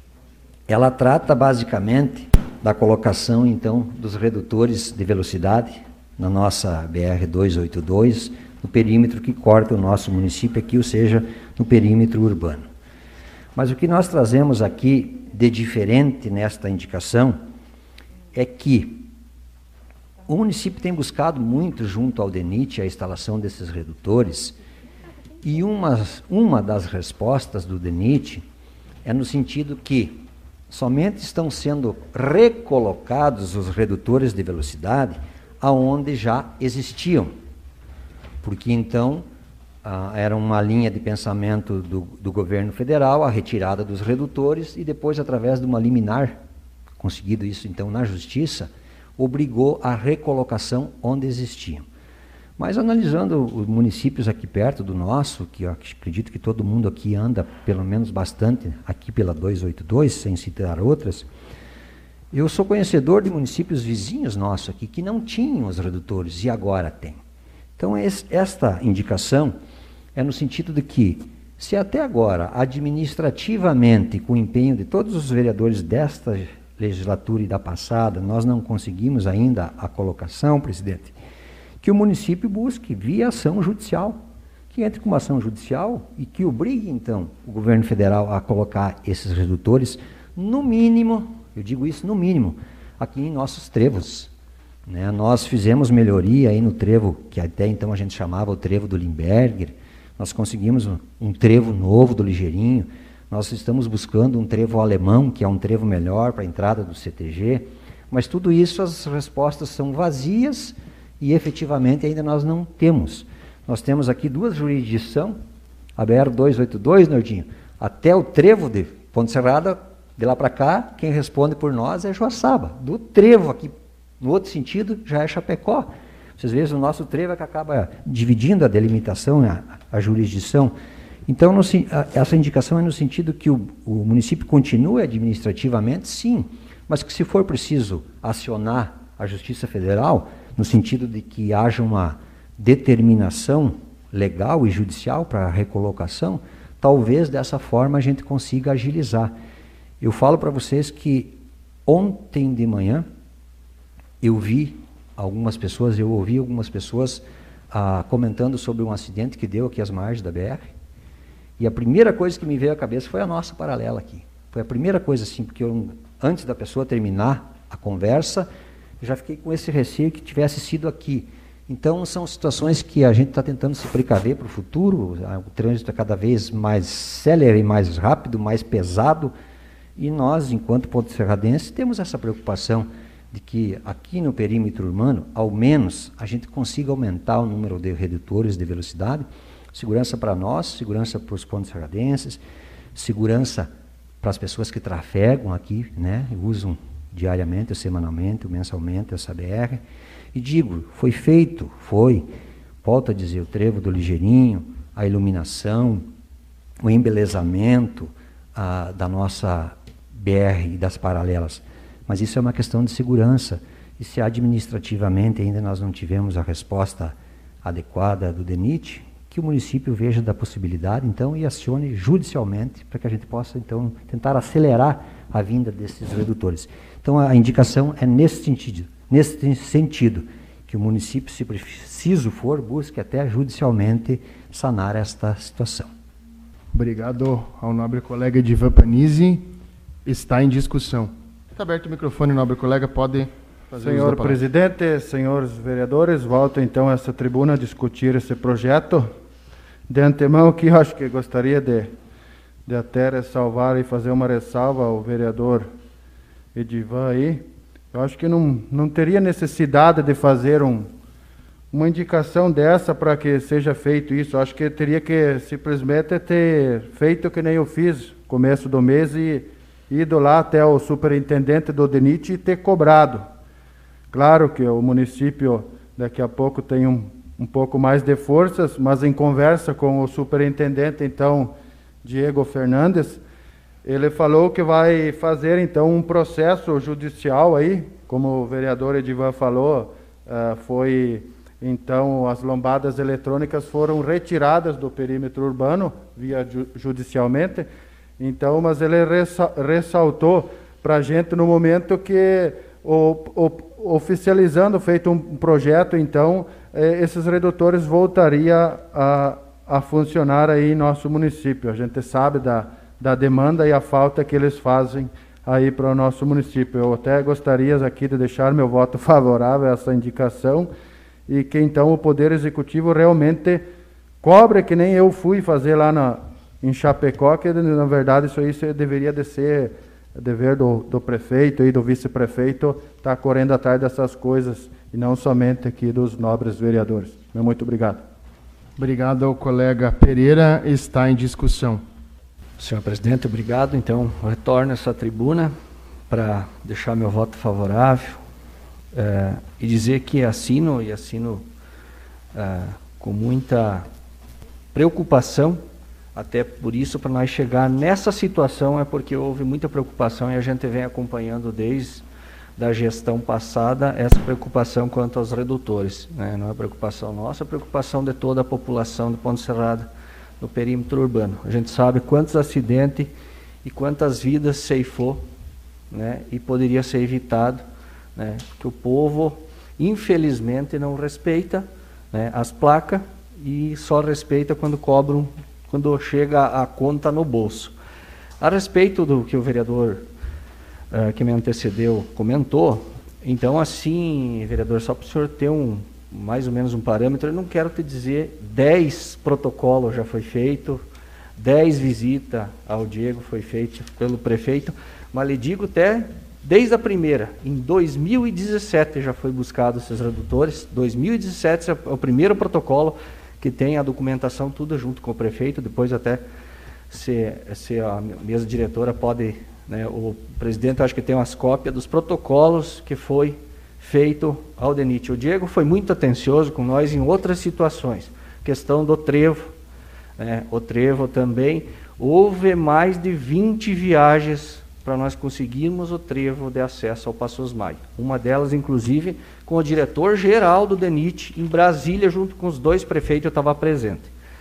Ela trata basicamente da colocação, então, dos redutores de velocidade na nossa B R duzentos e oitenta e dois, no perímetro que corta o nosso município aqui, ou seja, no perímetro urbano. Mas o que nós trazemos aqui de diferente nesta indicação é que o município tem buscado muito junto ao DENIT a instalação desses redutores, e uma, uma das respostas do DENIT é no sentido que somente estão sendo recolocados os redutores de velocidade aonde já existiam, porque então ah, era uma linha de pensamento do, do governo federal, a retirada dos redutores, e depois, através de uma liminar, conseguido isso então na justiça, obrigou a recolocação onde existiam. Mas analisando os municípios aqui perto do nosso, que eu acredito que todo mundo aqui anda pelo menos bastante, aqui pela duzentos e oitenta e dois, sem citar outras, eu sou conhecedor de municípios vizinhos nossos aqui que não tinham os redutores e agora tem. Então esse, esta indicação é no sentido de que, se até agora, administrativamente, com o empenho de todos os vereadores desta legislatura e da passada, nós não conseguimos ainda a colocação, presidente, que o município busque via ação judicial, que entre com uma ação judicial e que obrigue, então, o governo federal a colocar esses redutores, no mínimo, eu digo isso no mínimo, aqui em nossos trevos. Né? Nós fizemos melhoria aí no trevo, que até então a gente chamava o trevo do Limberger, nós conseguimos um, um trevo novo do Ligeirinho, nós estamos buscando um trevo alemão, que é um trevo melhor para a entrada do C T G, mas tudo isso, as respostas são vazias, e efetivamente ainda nós não temos. Nós temos aqui duas jurisdições, a B R duzentos e oitenta e dois, Nordinho, até o trevo de Ponte Serrada, de lá para cá, quem responde por nós é Joaçaba. Do trevo aqui, no outro sentido, já é Chapecó. Vocês veem, o nosso trevo é que acaba dividindo a delimitação, a, a jurisdição. Então, no, a, essa indicação é no sentido que o, o município continue administrativamente, sim, mas que se for preciso acionar a Justiça Federal, no sentido de que haja uma determinação legal e judicial para a recolocação, talvez dessa forma a gente consiga agilizar. Eu falo para vocês que ontem de manhã eu vi algumas pessoas, eu ouvi algumas pessoas ah, comentando sobre um acidente que deu aqui às margens da B R, e a primeira coisa que me veio à cabeça foi a nossa paralela aqui. Foi a primeira coisa assim, porque eu, antes da pessoa terminar a conversa, já fiquei com esse receio que tivesse sido aqui. Então, são situações que a gente está tentando se precaver para o futuro, o trânsito é cada vez mais célere, mais rápido, mais pesado, e nós, enquanto Ponte Serradense, temos essa preocupação de que aqui no perímetro urbano, ao menos, a gente consiga aumentar o número de redutores de velocidade, segurança para nós, segurança para os pontos serradenses, segurança para as pessoas que trafegam aqui, né, usam diariamente, ou semanalmente, ou mensalmente, essa B R. E digo, foi feito, foi, volto a dizer, o trevo do Ligeirinho, a iluminação, o embelezamento a, da nossa B R e das paralelas. Mas isso é uma questão de segurança. E se administrativamente ainda nós não tivemos a resposta adequada do DENIT, que o município veja da possibilidade, então, e acione judicialmente para que a gente possa, então, tentar acelerar a vinda desses redutores. Então, a indicação é nesse sentido, nesse sentido, que o município, se preciso for, busque até judicialmente sanar esta situação. Obrigado ao nobre colega Edivan Panizzi. Está em discussão. Está aberto o microfone, nobre colega, pode fazer Senhor presidente, senhores vereadores, volto então a essa tribuna a discutir esse projeto. De antemão, que eu acho que gostaria de, de até ressalvar e fazer uma ressalva ao vereador Edivan aí. Eu acho que não, não teria necessidade de fazer um, uma indicação dessa para que seja feito isso. Eu acho que teria que simplesmente ter feito que nem eu fiz, começo do mês, e ido lá até o superintendente do DENIT e ter cobrado. Claro que o município daqui a pouco tem um, um pouco mais de forças, mas em conversa com o superintendente, então, Diego Fernandes, ele falou que vai fazer, então, um processo judicial aí, como o vereador Edivan falou, uh, foi, então, as lombadas eletrônicas foram retiradas do perímetro urbano, via ju- judicialmente, Então, mas ele ressaltou para a gente no momento que, o, o, oficializando, feito um projeto, então, eh, esses redutores voltariam a, a funcionar aí em nosso município. A gente sabe da, da demanda e a falta que eles fazem aí para o nosso município. Eu até gostaria aqui de deixar meu voto favorável a essa indicação e que, então, o Poder Executivo realmente cobre, que nem eu fui fazer lá na, em Chapecó, que, na verdade, isso aí deveria de ser dever do, do prefeito e do vice-prefeito estar tá correndo atrás dessas coisas e não somente aqui dos nobres vereadores. Muito obrigado. Obrigado ao colega Pereira. Está em discussão. Senhor presidente, obrigado. Então, retorno a essa tribuna para deixar meu voto favorável é, e dizer que assino e assino é, com muita preocupação. Até por isso, para nós chegar nessa situação, é porque houve muita preocupação e a gente vem acompanhando desde a gestão passada essa preocupação quanto aos redutores, né? Não é preocupação nossa, é preocupação de toda a população de Ponte Serrada no perímetro urbano. A gente sabe quantos acidentes e quantas vidas ceifou, né? E poderia ser evitado, né? Que o povo, infelizmente, não respeita, né, as placas e só respeita quando cobram, quando chega a conta no bolso. A respeito do que o vereador uh, que me antecedeu comentou, então assim, vereador, só para o senhor ter um, mais ou menos um parâmetro, eu não quero te dizer dez protocolos já foi feito, dez visitas ao Diego foi feito pelo prefeito, mas lhe digo até desde a primeira, em dois mil e dezessete já foi buscado esses redutores, dois mil e dezessete é o primeiro protocolo que tem a documentação tudo junto com o prefeito, depois até se, se a mesa diretora pode, né, o presidente acho que tem umas cópias dos protocolos que foi feito ao DENIT. O Diego foi muito atencioso com nós em outras situações, questão do trevo, né, o trevo também, houve mais de vinte viagens para nós conseguirmos o trevo de acesso ao Passos Maia. Uma delas, inclusive, com o diretor-geral do DENIT em Brasília, junto com os dois prefeitos, eu estava presente.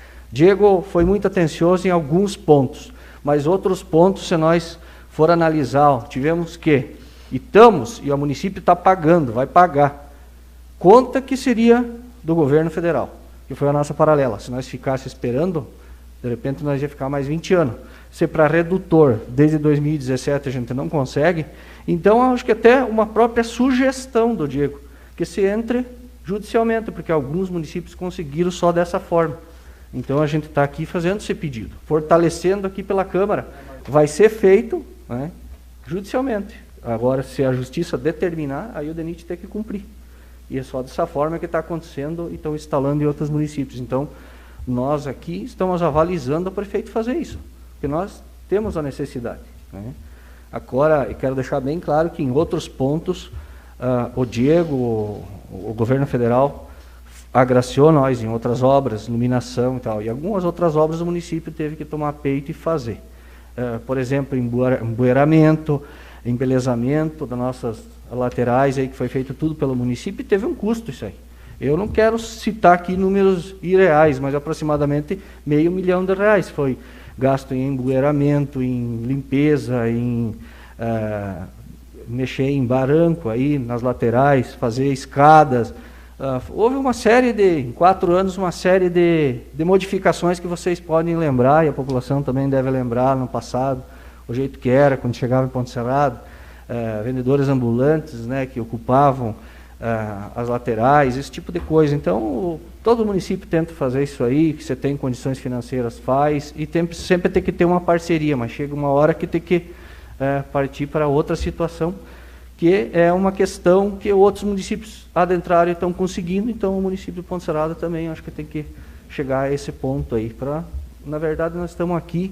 Diego foi muito atencioso em alguns pontos, mas outros pontos, se nós for analisar, ó, tivemos que, e estamos, e o município está pagando, vai pagar, conta que seria do governo federal, que foi a nossa paralela. Se nós ficasse esperando, de repente nós ia ficar mais vinte anos. Se para redutor, desde dois mil e dezessete a gente não consegue, então acho que até uma própria sugestão do Diego, que se entre judicialmente, porque alguns municípios conseguiram só dessa forma. Então a gente está aqui fazendo esse pedido, fortalecendo aqui pela Câmara. Vai ser feito, né, judicialmente. Agora, se a Justiça determinar, aí o DENIT tem que cumprir. E é só dessa forma que está acontecendo e estão instalando em outros municípios. Então, nós aqui estamos avalizando o prefeito fazer isso, porque nós temos a necessidade, né? Agora, eu quero deixar bem claro que em outros pontos, uh, o Diego, o, o governo federal, agraciou nós em outras obras, iluminação e tal, e algumas outras obras o município teve que tomar peito e fazer. Uh, por exemplo, embueiramento, embelezamento das nossas laterais, aí, que foi feito tudo pelo município, e teve um custo isso aí. Eu não quero citar aqui números irreais, mas aproximadamente meio milhão de reais foi gasto em embueiramento, em limpeza, em uh, mexer em barranco aí nas laterais, fazer escadas. Uh, houve uma série de, em quatro anos, uma série de, de modificações que vocês podem lembrar, e a população também deve lembrar no passado, o jeito que era quando chegava em Ponte Serrada, uh, vendedores ambulantes, né, que ocupavam Uh, as laterais, esse tipo de coisa. Então, o, todo município tenta fazer isso aí, que você tem condições financeiras, faz, e tem, sempre tem que ter uma parceria, mas chega uma hora que tem que uh, partir para outra situação, que é uma questão que outros municípios adentraram e estão conseguindo, então o município de Ponte Serrada também acho que tem que chegar a esse ponto aí, para, na verdade, nós estamos aqui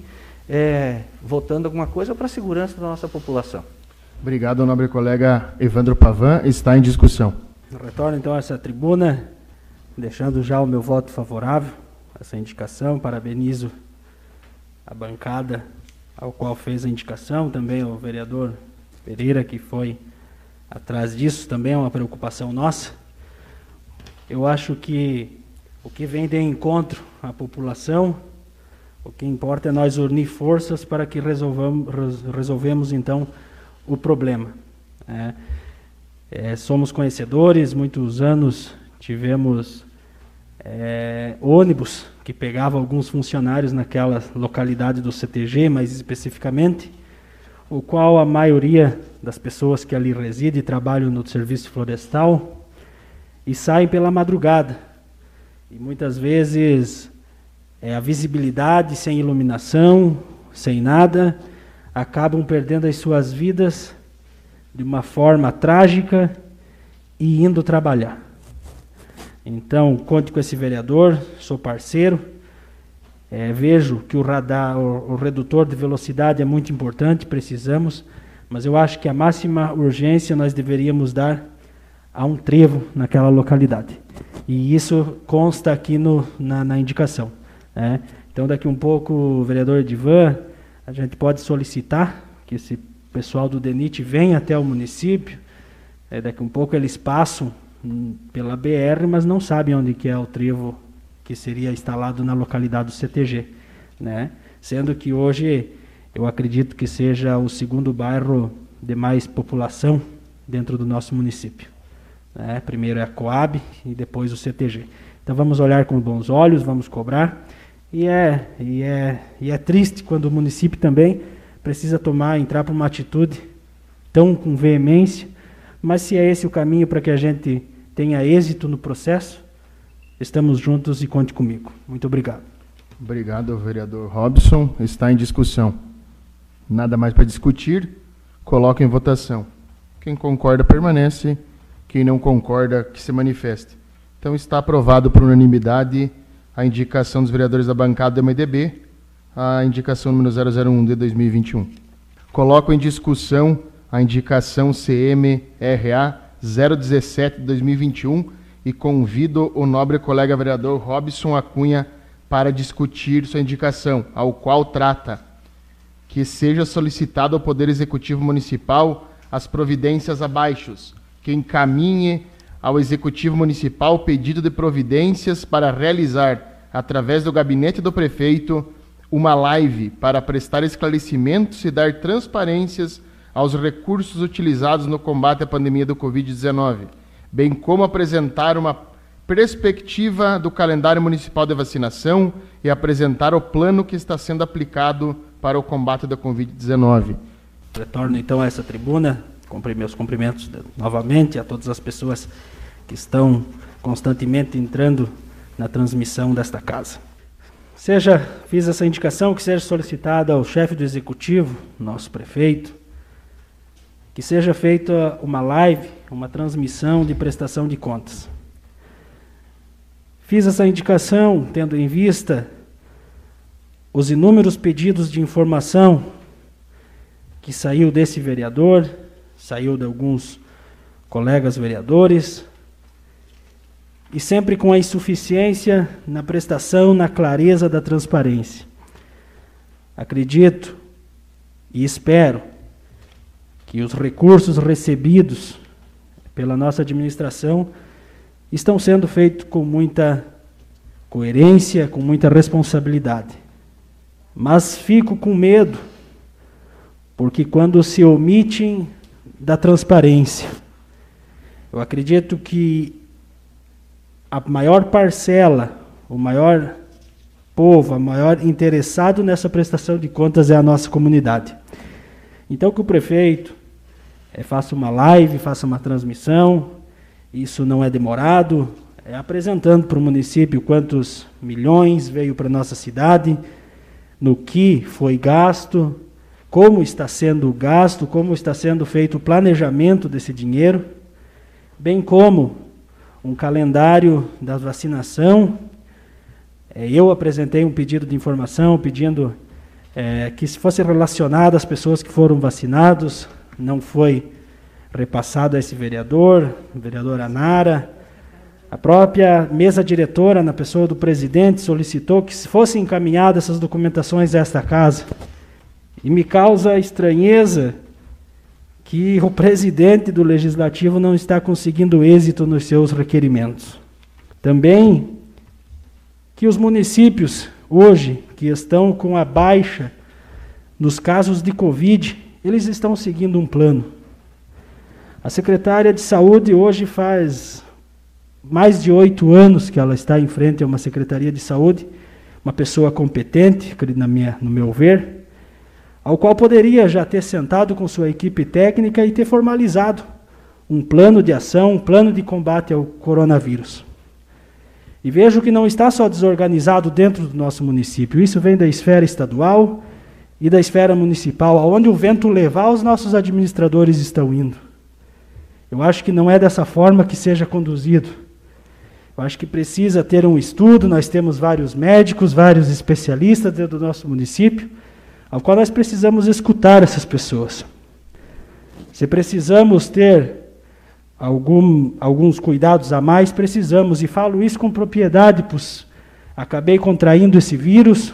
é, votando alguma coisa para a segurança da nossa população. Obrigado, nobre colega Evandro Pavan. Está em discussão. Retorno, então, a essa tribuna, deixando já o meu voto favorável a essa indicação. Parabenizo a bancada ao qual fez a indicação, também ao vereador Pereira, que foi atrás disso, também é uma preocupação nossa. Eu acho que o que vem de encontro à população, O que importa é nós unir forças para que resolvamos, resolvemos então o problema. É, é, somos conhecedores, muitos anos tivemos é, ônibus que pegava alguns funcionários naquela localidade do C T G, mais especificamente, o qual a maioria das pessoas que ali residem trabalham no serviço florestal e saem pela madrugada. E muitas vezes é, a visibilidade sem iluminação, sem nada, acabam perdendo as suas vidas de uma forma trágica e indo trabalhar. Então, conte com esse vereador, sou parceiro, é, vejo que o radar, o, o redutor de velocidade é muito importante, precisamos, mas eu acho que a máxima urgência nós deveríamos dar a um trevo naquela localidade. E isso consta aqui no, na, na indicação. Né? Então, daqui um pouco, o vereador Edivan, a gente pode solicitar que esse pessoal do DENIT venha até o município, é, daqui um pouco eles passam hum, pela B R, mas não sabem onde que é o trevo que seria instalado na localidade do C T G. Né? Sendo que hoje eu acredito que seja o segundo bairro de mais população dentro do nosso município. Né? Primeiro é a Coab e depois o C T G. Então vamos olhar com bons olhos, vamos cobrar. E é, e é, e é triste quando o município também precisa tomar, entrar para uma atitude tão com veemência, mas se é esse o caminho para que a gente tenha êxito no processo, estamos juntos e conte comigo. Muito obrigado. Obrigado, vereador Robson. Está em discussão. Nada mais para discutir, coloco em votação. Quem concorda permanece, quem não concorda que se manifeste. Então está aprovado por unanimidade a indicação dos vereadores da bancada do M D B, a indicação número zero zero um de dois mil e vinte e um. Coloco em discussão a indicação C M R A zero dezessete de dois mil e vinte e um e convido o nobre colega vereador Robson Acunha para discutir sua indicação, ao qual trata que seja solicitado ao Poder Executivo Municipal as providências abaixo, que encaminhe ao Executivo Municipal pedido de providências para realizar, através do gabinete do prefeito, uma live para prestar esclarecimentos e dar transparências aos recursos utilizados no combate à pandemia do covid dezenove, bem como apresentar uma perspectiva do calendário municipal de vacinação e apresentar o plano que está sendo aplicado para o combate da covid dezenove. Retorno então a essa tribuna, cumprir meus cumprimentos novamente a todas as pessoas que estão constantemente entrando na transmissão desta casa. Seja, fiz essa indicação, que seja solicitada ao chefe do executivo, nosso prefeito, que seja feita uma live, uma transmissão de prestação de contas. Fiz essa indicação tendo em vista os inúmeros pedidos de informação que saiu desse vereador, saiu de alguns colegas vereadores, e sempre com a insuficiência na prestação, na clareza da transparência. Acredito e espero que os recursos recebidos pela nossa administração estão sendo feitos com muita coerência, com muita responsabilidade. Mas fico com medo, porque quando se omitem da transparência, eu acredito que a maior parcela, o maior povo, o maior interessado nessa prestação de contas é a nossa comunidade. Então que o prefeito é, faça uma live, faça uma transmissão, isso não é demorado, é apresentando para o município quantos milhões veio para a nossa cidade, no que foi gasto, como está sendo gasto, como está sendo feito o planejamento desse dinheiro, bem como um calendário da vacinação. É, eu apresentei um pedido de informação pedindo é, que se fosse relacionado às pessoas que foram vacinados, não foi repassado a esse vereador, o vereador Anara. A própria mesa diretora, na pessoa do presidente, solicitou que se fossem encaminhadas essas documentações a esta casa. E me causa estranheza que o presidente do Legislativo não está conseguindo êxito nos seus requerimentos. Também que os municípios, hoje, que que estão com a baixa nos casos de Covid, eles estão seguindo um plano. A secretária de Saúde hoje faz mais de oito anos que ela está em frente a uma Secretaria de Saúde, uma pessoa competente, na minha, no meu ver, ao qual poderia já ter sentado com sua equipe técnica e ter formalizado um plano de ação, um plano de combate ao coronavírus. E vejo que não está só desorganizado dentro do nosso município, isso vem da esfera estadual e da esfera municipal, aonde o vento levar, os nossos administradores estão indo. Eu acho que não é dessa forma que seja conduzido. Eu acho que precisa ter um estudo, nós temos vários médicos, vários especialistas dentro do nosso município, ao qual nós precisamos escutar essas pessoas. Se precisamos ter algum, alguns cuidados a mais, precisamos, e falo isso com propriedade, pois acabei contraindo esse vírus,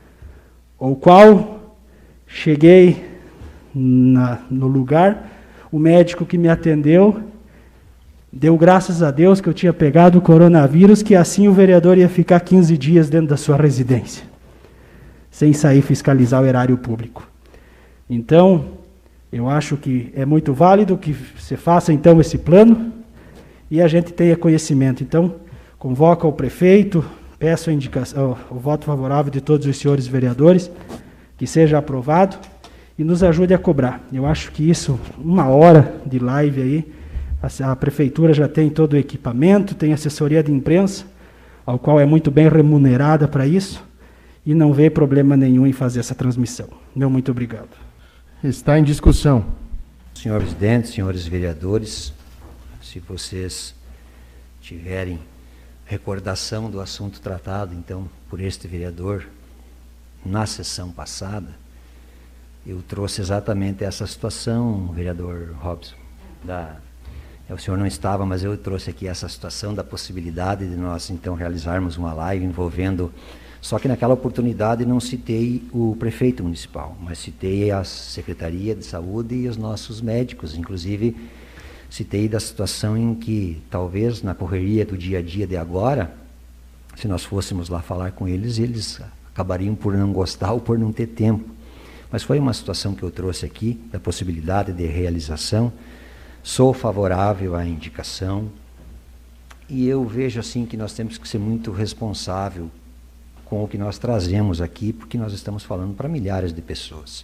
o qual cheguei na, no lugar, o médico que me atendeu deu graças a Deus que eu tinha pegado o coronavírus, que assim o vereador ia ficar quinze dias dentro da sua residência, sem sair fiscalizar o erário público. Então, eu acho que é muito válido que você faça então esse plano e a gente tenha conhecimento. Então, convoca o prefeito, peço a indicação, o voto favorável de todos os senhores vereadores, que seja aprovado e nos ajude a cobrar. Eu acho que isso, uma hora de live aí, a prefeitura já tem todo o equipamento, tem assessoria de imprensa, ao qual é muito bem remunerada para isso, e não vê problema nenhum em fazer essa transmissão. Meu muito obrigado. Está em discussão. Senhor presidente, senhores vereadores, se vocês tiverem recordação do assunto tratado, então, por este vereador, na sessão passada, eu trouxe exatamente essa situação, vereador Robson, da... O senhor não estava, mas eu trouxe aqui essa situação da possibilidade de nós, então, realizarmos uma live envolvendo... Só que naquela oportunidade não citei o prefeito municipal, mas citei a Secretaria de Saúde e os nossos médicos. Inclusive, citei da situação em que, talvez, na correria do dia a dia de agora, se nós fôssemos lá falar com eles, eles acabariam por não gostar ou por não ter tempo. Mas foi uma situação que eu trouxe aqui, da possibilidade de realização. Sou favorável à indicação e eu vejo assim que nós temos que ser muito responsável com o que nós trazemos aqui, porque nós estamos falando para milhares de pessoas.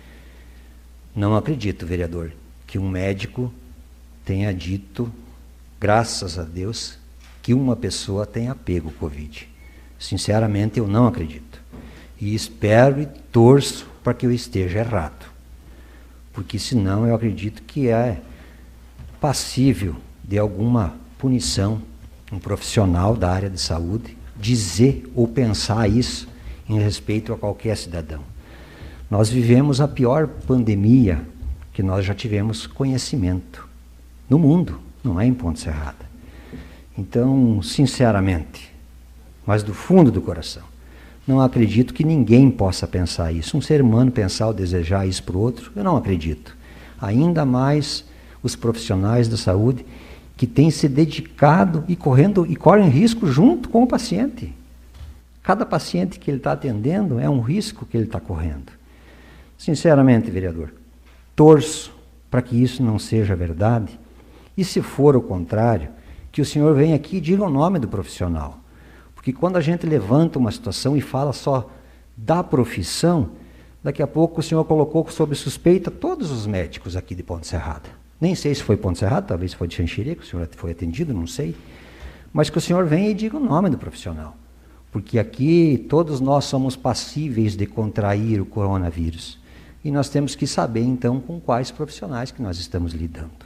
Não acredito, vereador, que um médico tenha dito, graças a Deus, que uma pessoa tenha pego o Covid. Sinceramente, eu não acredito. E espero e torço para que eu esteja errado. Porque senão eu acredito que é passível de alguma punição, um profissional da área de saúde, dizer ou pensar isso em respeito a qualquer cidadão. Nós vivemos a pior pandemia que nós já tivemos conhecimento no mundo, não é em Ponte Serrada. Então, sinceramente, mas do fundo do coração, não acredito que ninguém possa pensar isso. Um ser humano pensar ou desejar isso para o outro, eu não acredito. Ainda mais os profissionais da saúde que têm se dedicado e correndo e correm risco junto com o paciente. Cada paciente que ele está atendendo é um risco que ele está correndo. Sinceramente, vereador, torço para que isso não seja verdade e, se for o contrário, que o senhor venha aqui e diga o nome do profissional. Porque quando a gente levanta uma situação e fala só da profissão, daqui a pouco o senhor colocou sob suspeita todos os médicos aqui de Ponte Serrada. Nem sei se foi Ponte Serrada, talvez foi de Xanxerê, que o senhor foi atendido, não sei. Mas que o senhor venha e diga o nome do profissional. Porque aqui todos nós somos passíveis de contrair o coronavírus. E nós temos que saber, então, com quais profissionais que nós estamos lidando.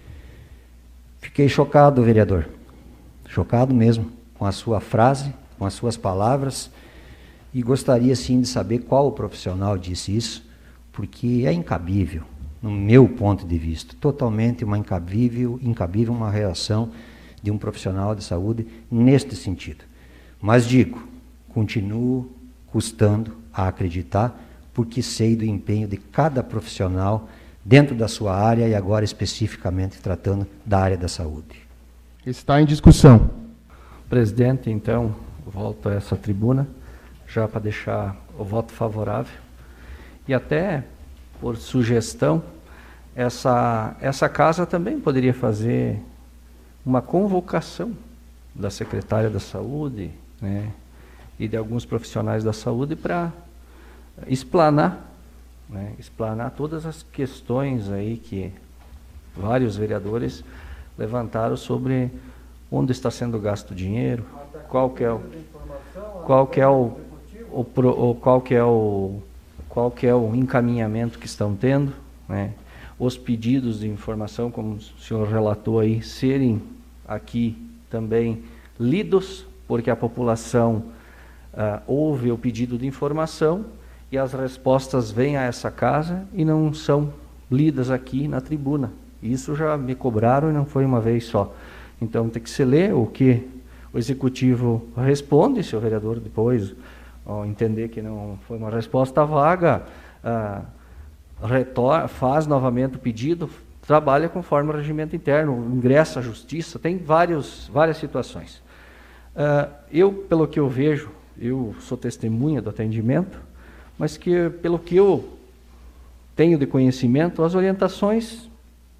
Fiquei chocado, vereador. Chocado mesmo com a sua frase, com as suas palavras. E gostaria, sim, de saber qual o profissional disse isso, porque é incabível. No meu ponto de vista, totalmente uma incabível, incabível uma reação de um profissional de saúde neste sentido. Mas digo, continuo custando a acreditar, porque sei do empenho de cada profissional dentro da sua área e agora especificamente tratando da área da saúde. Está em discussão. Presidente, então, volto a essa tribuna. já para deixar o voto favorável. E até, por sugestão, essa, essa casa também poderia fazer uma convocação da secretária da Saúde, né, e de alguns profissionais da saúde para explanar, né, explanar todas as questões aí que vários vereadores levantaram sobre onde está sendo gasto o dinheiro, qual que é o qual que é o, o, o qual que é o qual que é o encaminhamento que estão tendo, né, os pedidos de informação, como o senhor relatou aí, serem aqui também lidos, porque a população uh, ouve o pedido de informação e as respostas vêm a essa casa e não são lidas aqui na tribuna. Isso já me cobraram e não foi uma vez só. Então tem que se ler o que o executivo responde, se o vereador depois ó, entender que não foi uma resposta vaga, uh, retorna, faz novamente o pedido, trabalha conforme o regimento interno, ingressa à justiça, tem vários, várias situações. Uh, eu, pelo que eu vejo, eu sou testemunha do atendimento, mas que, pelo que eu tenho de conhecimento, as orientações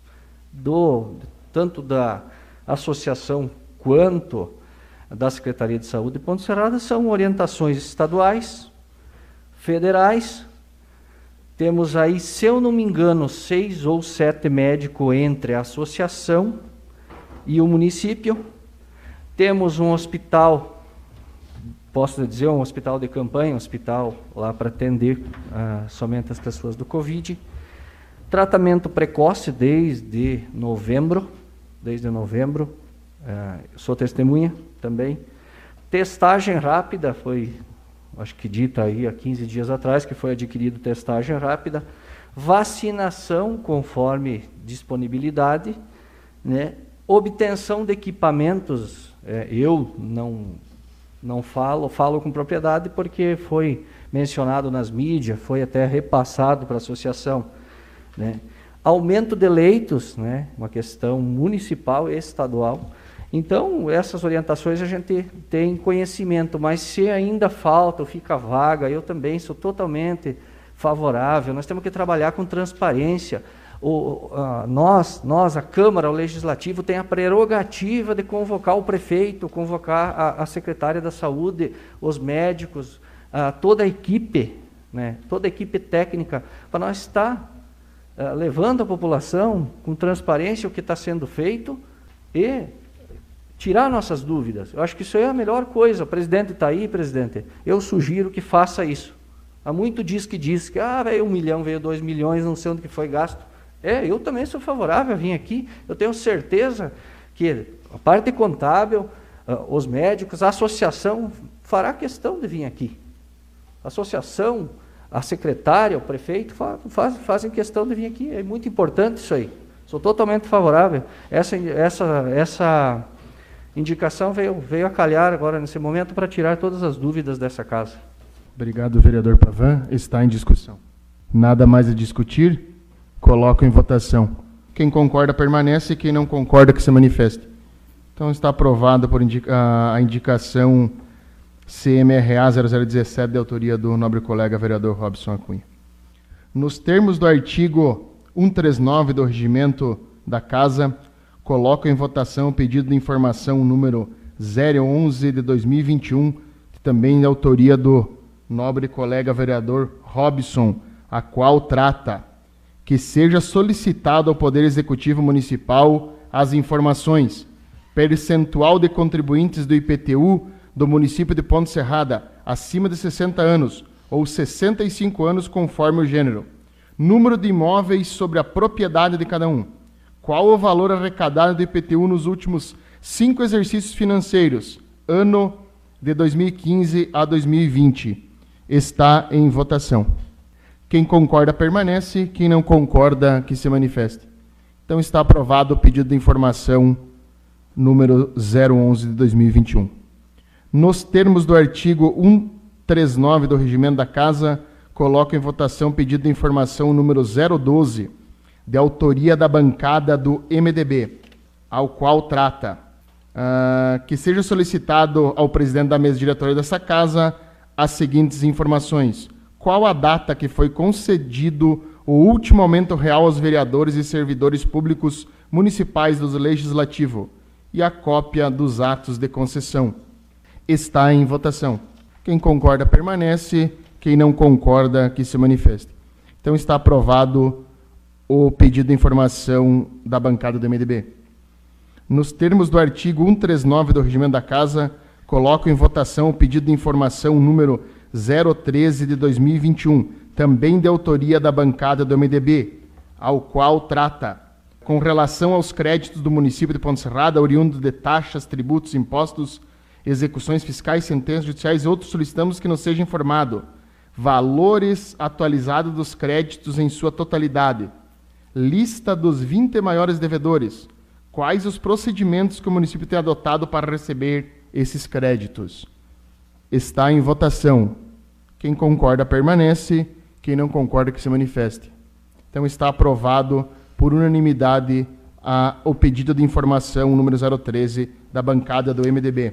do, tanto da associação quanto da Secretaria de Saúde de Ponte Serrada são orientações estaduais, federais. Temos aí, se eu não me engano, seis ou sete médicos entre a associação e o município. Temos um hospital, posso dizer, um hospital de campanha, um hospital lá para atender uh, somente as pessoas do Covid. Tratamento precoce desde novembro, desde novembro, uh, sou testemunha também. Testagem rápida, foi, acho que dita aí há quinze dias atrás, que foi adquirido testagem rápida. Vacinação conforme disponibilidade, né? Obtenção de equipamentos, é, eu não, não falo, falo com propriedade porque foi mencionado nas mídias, foi até repassado para a associação, né? Aumento de leitos, né? Uma questão municipal e estadual. Então, essas orientações a gente tem conhecimento, mas se ainda falta ou fica vaga, eu também sou totalmente favorável. Nós temos que trabalhar com transparência. O, a, nós, nós, a Câmara, o Legislativo, tem a prerrogativa de convocar o prefeito, convocar a, a secretária da Saúde, os médicos, a, toda a equipe, né, toda a equipe técnica, para nós estar a, levando a população com transparência o que está sendo feito e tirar nossas dúvidas. Eu acho que isso é a melhor coisa. O presidente está aí, presidente, eu sugiro que faça isso. Há muito diz que diz que ah, veio um milhão, veio dois milhões, não sei onde que foi gasto. É, eu também sou favorável a vir aqui. Eu tenho certeza que a parte contábil, uh, os médicos, a associação fará questão de vir aqui. A associação, a secretária, o prefeito fa faz, fazem questão de vir aqui. É muito importante isso aí. Sou totalmente favorável. Essa, essa, essa indicação veio, veio a calhar agora nesse momento para tirar todas as dúvidas dessa casa. Obrigado, vereador Pavan. Está em discussão. Nada mais a discutir. Coloco em votação. Quem concorda permanece, quem não concorda que se manifeste. Então está aprovada por indica a indicação C M R A zero zero um sete de autoria do nobre colega vereador Robson Acunha. Nos termos do artigo cento e trinta e nove do regimento da Casa, coloco em votação o pedido de informação número zero onze de dois mil e vinte e um, que também é autoria do nobre colega vereador Robson, a qual trata que seja solicitado ao Poder Executivo Municipal as informações: percentual de contribuintes do I P T U do município de Ponte Serrada acima de sessenta anos ou sessenta e cinco anos conforme o gênero, número de imóveis sobre a propriedade de cada um, qual o valor arrecadado do I P T U nos últimos cinco exercícios financeiros, ano de dois mil e quinze a dois mil e vinte. Está em votação. Quem concorda permanece, quem não concorda que se manifeste. Então está aprovado o pedido de informação número zero onze de dois mil e vinte e um. Nos termos do artigo cento e trinta e nove do Regimento da Casa, coloco em votação o pedido de informação número zero doze, de autoria da bancada do M D B, ao qual trata uh, que seja solicitado ao presidente da mesa diretora dessa Casa as seguintes informações. Qual a data que foi concedido o último aumento real aos vereadores e servidores públicos municipais do Legislativo? E a cópia dos atos de concessão. Está em votação. Quem concorda permanece, quem não concorda que se manifeste. Então está aprovado o pedido de informação da bancada do M D B. Nos termos do artigo cento e trinta e nove do Regimento da Casa, coloco em votação o pedido de informação número zero treze de dois mil e vinte e um, também de autoria da bancada do M D B, ao qual trata, com relação aos créditos do município de Ponte Serrada, oriundos de taxas, tributos, impostos, execuções fiscais, sentenças judiciais e outros, solicitamos que nos seja informado valores atualizados dos créditos em sua totalidade, lista dos vinte maiores devedores, quais os procedimentos que o município tem adotado para receber esses créditos. Está em votação. Quem concorda permanece, quem não concorda que se manifeste. Então está aprovado por unanimidade a, o pedido de informação número zero treze da bancada do M D B.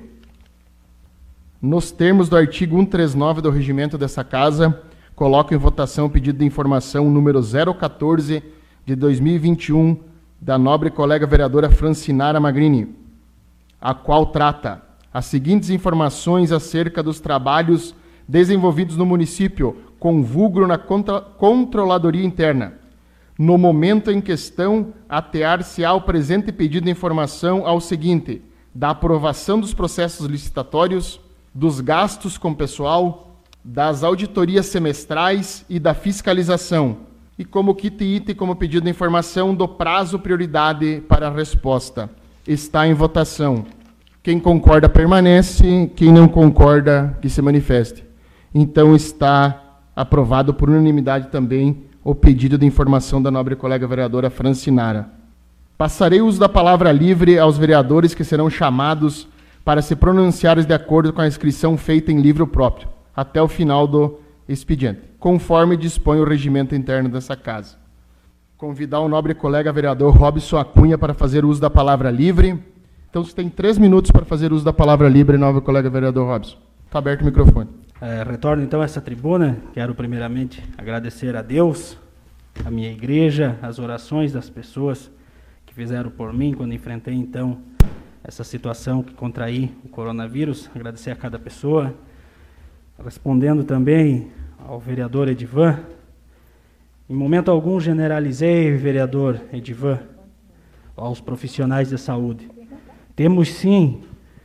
Nos termos do artigo cento e trinta e nove do regimento dessa Casa, coloco em votação o pedido de informação número zero quatorze de dois mil e vinte e um da nobre colega vereadora Francinara Magrini, a qual trata as seguintes informações acerca dos trabalhos desenvolvidos no município, com vulgo na contra, Controladoria Interna. No momento em questão, atear-se-á o presente pedido de informação ao seguinte: da aprovação dos processos licitatórios, dos gastos com pessoal, das auditorias semestrais e da fiscalização, e como kit item como pedido de informação do prazo prioridade para a resposta. Está em votação. Quem concorda permanece, quem não concorda que se manifeste. Então está aprovado por unanimidade também o pedido de informação da nobre colega vereadora Francinara. Passarei o uso da palavra livre aos vereadores que serão chamados para se pronunciarem de acordo com a inscrição feita em livro próprio, até o final do expediente, conforme dispõe o regimento interno dessa Casa. Convidar o nobre colega vereador Robson Acunha para fazer uso da palavra livre. Então, você tem três minutos para fazer uso da palavra livre, nobre colega vereador Robson. Está aberto o microfone. É, retorno então a essa tribuna. Quero primeiramente agradecer a Deus, a minha igreja, as orações das pessoas que fizeram por mim quando enfrentei então essa situação que contraí o coronavírus. Agradecer a cada pessoa. Respondendo também ao vereador Edivan, em momento algum generalizei, vereador Edivan, aos profissionais da saúde. Temos sim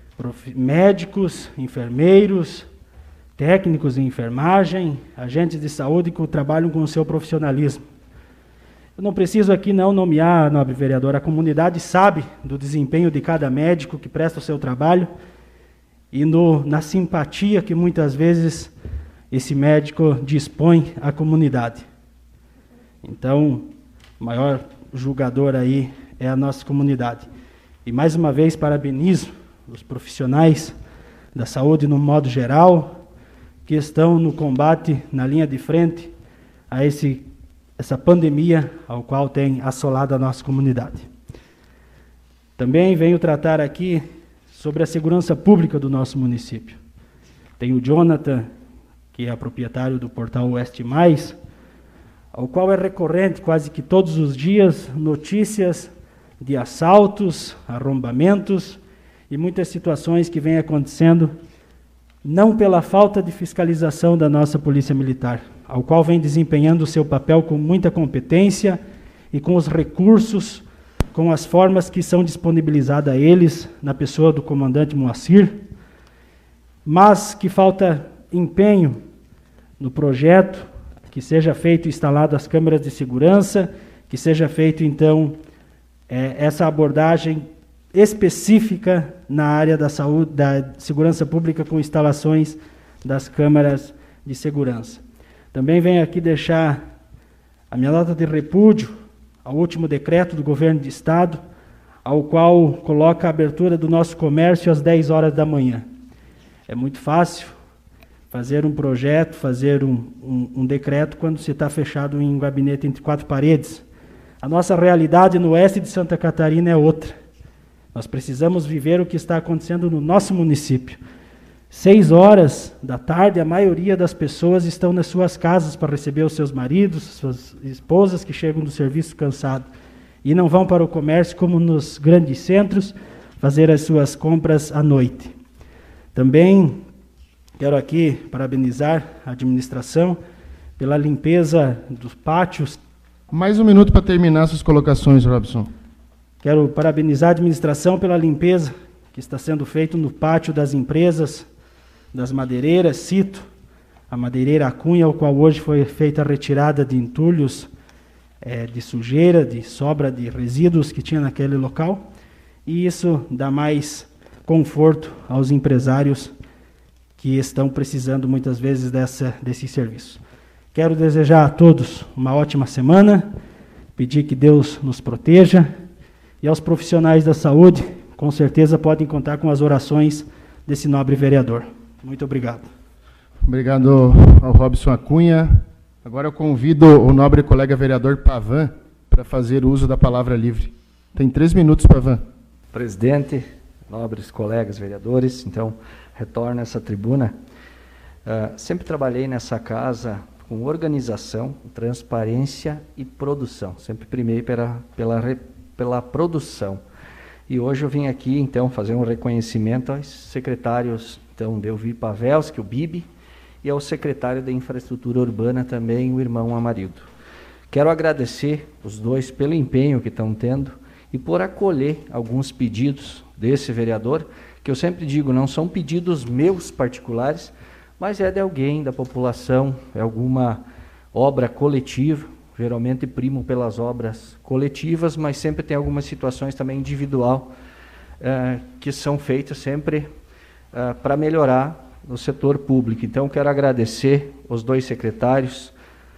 médicos, enfermeiros, técnicos em enfermagem, agentes de saúde que trabalham com o seu profissionalismo. Eu não preciso aqui não nomear, nobre vereador, a comunidade sabe do desempenho de cada médico que presta o seu trabalho e no, na simpatia que muitas vezes esse médico dispõe à comunidade. Então, o maior julgador aí é a nossa comunidade. E mais uma vez parabenizo os profissionais da saúde no modo geral, que estão no combate, na linha de frente, a esse, essa pandemia ao qual tem assolado a nossa comunidade. Também venho tratar aqui sobre a segurança pública do nosso município. Tem o Jonathan, que é proprietário do portal Oeste Mais, ao qual é recorrente quase que todos os dias notícias de assaltos, arrombamentos e muitas situações que vêm acontecendo não pela falta de fiscalização da nossa Polícia Militar, ao qual vem desempenhando o seu papel com muita competência e com os recursos, com as formas que são disponibilizadas a eles, na pessoa do comandante Moacir, mas que falta empenho no projeto, que seja feito instalado as câmeras de segurança, que seja feito, então, é, essa abordagem específica na área da saúde, da segurança pública com instalações das câmeras de segurança. Também venho aqui deixar a minha nota de repúdio ao último decreto do governo de estado, ao qual coloca a abertura do nosso comércio às dez horas da manhã. É muito fácil fazer um projeto, fazer um, um, um decreto quando se está fechado em um gabinete entre quatro paredes. A nossa realidade no oeste de Santa Catarina é outra. Nós precisamos viver o que está acontecendo no nosso município. Seis horas da tarde, a maioria das pessoas estão nas suas casas para receber os seus maridos, suas esposas que chegam do serviço cansado e não vão para o comércio como nos grandes centros fazer as suas compras à noite. Também quero aqui parabenizar a administração pela limpeza dos pátios. Mais um minuto para terminar suas colocações, Robson. Quero parabenizar a administração pela limpeza que está sendo feita no pátio das empresas, das madeireiras. Cito a madeireira Acunha, ao qual hoje foi feita a retirada de entulhos, é, de sujeira, de sobra de resíduos que tinha naquele local. E isso dá mais conforto aos empresários que estão precisando muitas vezes dessa, desse serviço. Quero desejar a todos uma ótima semana, pedir que Deus nos proteja, e aos profissionais da saúde, com certeza podem contar com as orações desse nobre vereador. Muito obrigado. Obrigado ao Robson Acunha. Agora eu convido o nobre colega vereador Pavan para fazer uso da palavra livre. Tem três minutos, Pavan. Presidente, nobres colegas vereadores, então retorno a essa tribuna. Uh, sempre trabalhei nessa casa com organização, transparência e produção. Sempre primei pela, pela, pela produção. E hoje eu vim aqui, então, fazer um reconhecimento aos secretários, então, Delvi Pavelski, o Bibi, e ao secretário de Infraestrutura Urbana também, o irmão Amarildo. Quero agradecer os dois pelo empenho que estão tendo e por acolher alguns pedidos desse vereador, que eu sempre digo, não são pedidos meus particulares, mas é de alguém, da população, é alguma obra coletiva. Geralmente primo pelas obras coletivas, mas sempre tem algumas situações também individual eh, que são feitas sempre eh, para melhorar no setor público. Então, quero agradecer os dois secretários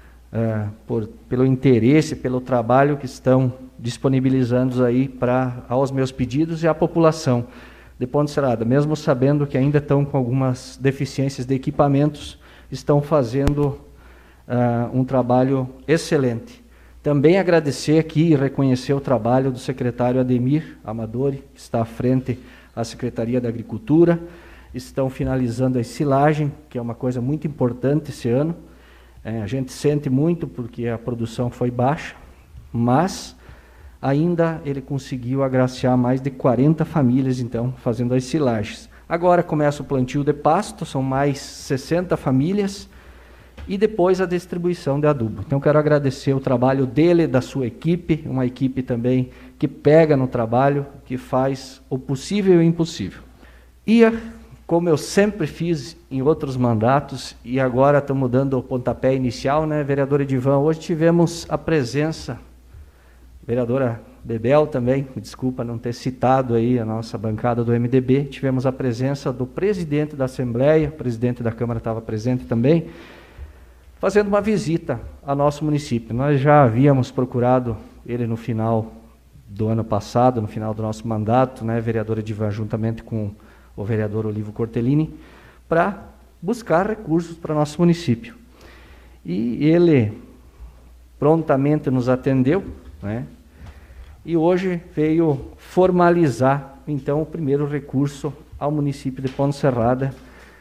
eh, por, pelo interesse, pelo trabalho que estão disponibilizando aí para aos meus pedidos e à população de Ponte Serrada, mesmo sabendo que ainda estão com algumas deficiências de equipamentos, estão fazendo uh, um trabalho excelente. Também agradecer aqui e reconhecer o trabalho do secretário Ademir Amadori, que está à frente da Secretaria da Agricultura. Estão finalizando a silagem, que é uma coisa muito importante esse ano. É, a gente sente muito porque a produção foi baixa, mas ainda ele conseguiu agraciar mais de quarenta famílias, então, fazendo as silagens. Agora começa o plantio de pasto, são mais sessenta famílias, e depois a distribuição de adubo. Então, quero agradecer o trabalho dele, da sua equipe, uma equipe também que pega no trabalho, que faz o possível e o impossível. E, como eu sempre fiz em outros mandatos, e agora estamos dando o pontapé inicial, né, vereador Edivan, hoje tivemos a presença, vereadora Bebel também, me desculpa não ter citado aí a nossa bancada do M D B, tivemos a presença do presidente da Assembleia, o presidente da Câmara estava presente também, fazendo uma visita ao nosso município. Nós já havíamos procurado ele no final do ano passado, no final do nosso mandato, né, vereadora Edivan, juntamente com o vereador Olivo Cortellini, para buscar recursos para nosso município. E ele prontamente nos atendeu, né? E hoje veio formalizar, então, o primeiro recurso ao município de Ponte Serrada,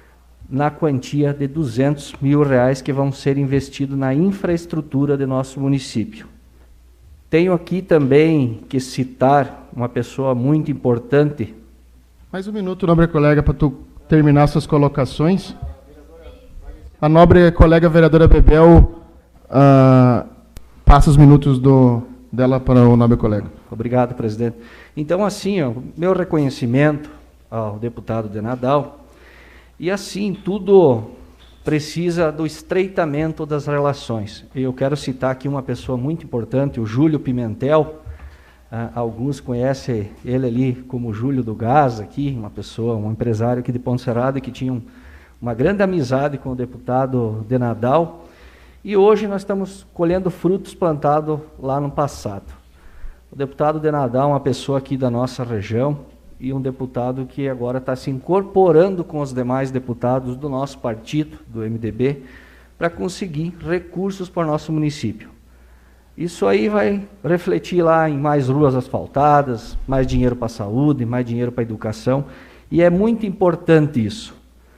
na quantia de duzentos mil reais que vão ser investidos na infraestrutura de nosso município. Tenho aqui também que citar uma pessoa muito importante. Mais um minuto, nobre colega, para tu terminar suas colocações. A nobre colega vereadora Bebel uh, passa os minutos do... dela para o nobre colega. Obrigado, presidente. Então, assim, ó, meu reconhecimento ao deputado de Nadal, e assim, tudo precisa do estreitamento das relações. Eu quero citar aqui uma pessoa muito importante, o Júlio Pimentel, ah, alguns conhecem ele ali como Júlio do Gás, aqui, uma pessoa, um empresário aqui de Ponte Serrada, que tinha um, uma grande amizade com o deputado de Nadal. E hoje nós estamos colhendo frutos plantados lá no passado. O deputado de Nadal é uma pessoa aqui da nossa região e um deputado que agora está se incorporando com os demais deputados do nosso partido, do M D B, para conseguir recursos para o nosso município. Isso aí vai refletir lá em mais ruas asfaltadas, mais dinheiro para a saúde, mais dinheiro para a educação, e é muito importante isso.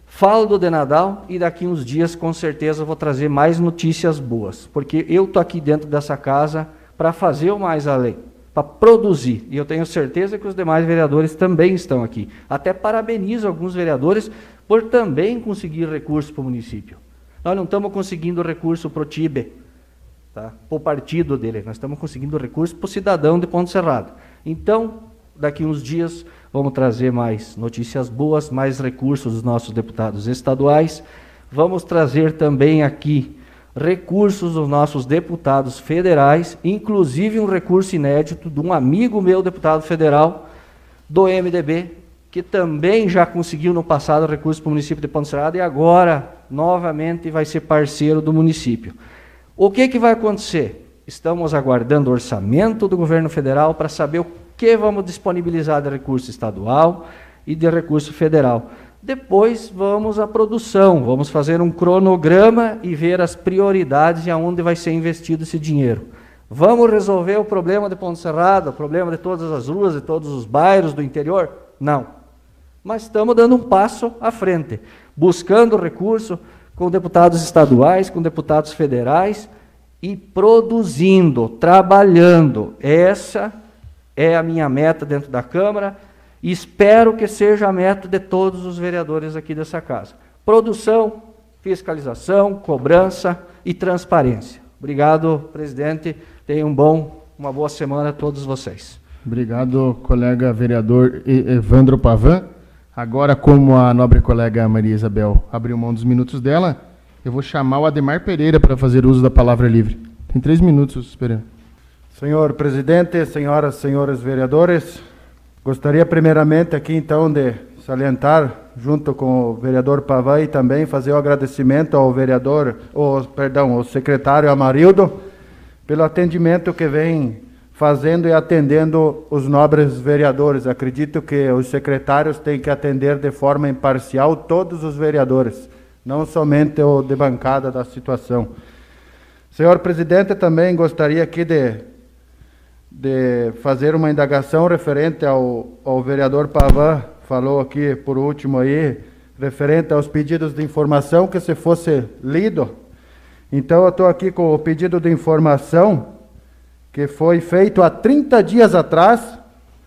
Falo do Denadal e daqui uns dias, com certeza, vou trazer mais notícias boas, porque eu estou aqui dentro dessa casa para fazer o mais além, para produzir, e eu tenho certeza que os demais vereadores também estão aqui. Até parabenizo alguns vereadores por também conseguir recurso para o município. Nós não estamos conseguindo recurso para o Tibe, tá? Para o partido dele, nós estamos conseguindo recurso para o cidadão de Ponte Serrada. Então, daqui uns dias, vamos trazer mais notícias boas, mais recursos dos nossos deputados estaduais. Vamos trazer também aqui recursos dos nossos deputados federais, inclusive um recurso inédito de um amigo meu, deputado federal, do M D B, que também já conseguiu no passado recurso para o município de Ponte Serrada e agora, novamente, vai ser parceiro do município. O que, que vai acontecer? Estamos aguardando o orçamento do governo federal para saber o que vamos disponibilizar de recurso estadual e de recurso federal. Depois vamos à produção, vamos fazer um cronograma e ver as prioridades e aonde vai ser investido esse dinheiro. Vamos resolver o problema de Ponte Serrada, o problema de todas as ruas e todos os bairros do interior? Não. Mas estamos dando um passo à frente, buscando recurso com deputados estaduais, com deputados federais e produzindo, trabalhando. Essa é a minha meta dentro da Câmara e espero que seja a meta de todos os vereadores aqui dessa casa. Produção, fiscalização, cobrança e transparência. Obrigado, presidente. Tenham um bom, uma boa semana a todos vocês. Obrigado, colega vereador Evandro Pavan. Agora, como a nobre colega Maria Isabel abriu mão dos minutos dela, eu vou chamar o Ademar Pereira para fazer uso da palavra livre. Tem três minutos, Pereira. Senhor presidente, senhoras e senhores vereadores, gostaria primeiramente aqui então de salientar, junto com o vereador Pavan, e também fazer o agradecimento ao vereador, ou, perdão, ao secretário Amarildo, pelo atendimento que vem fazendo e atendendo os nobres vereadores. Acredito que os secretários têm que atender de forma imparcial todos os vereadores, não somente o de bancada da situação. Senhor presidente, também gostaria aqui de, de fazer uma indagação referente ao, ao vereador Pavan, falou aqui por último aí, referente aos pedidos de informação, que se fosse lido. Então eu estou aqui com o pedido de informação que foi feito há trinta dias atrás,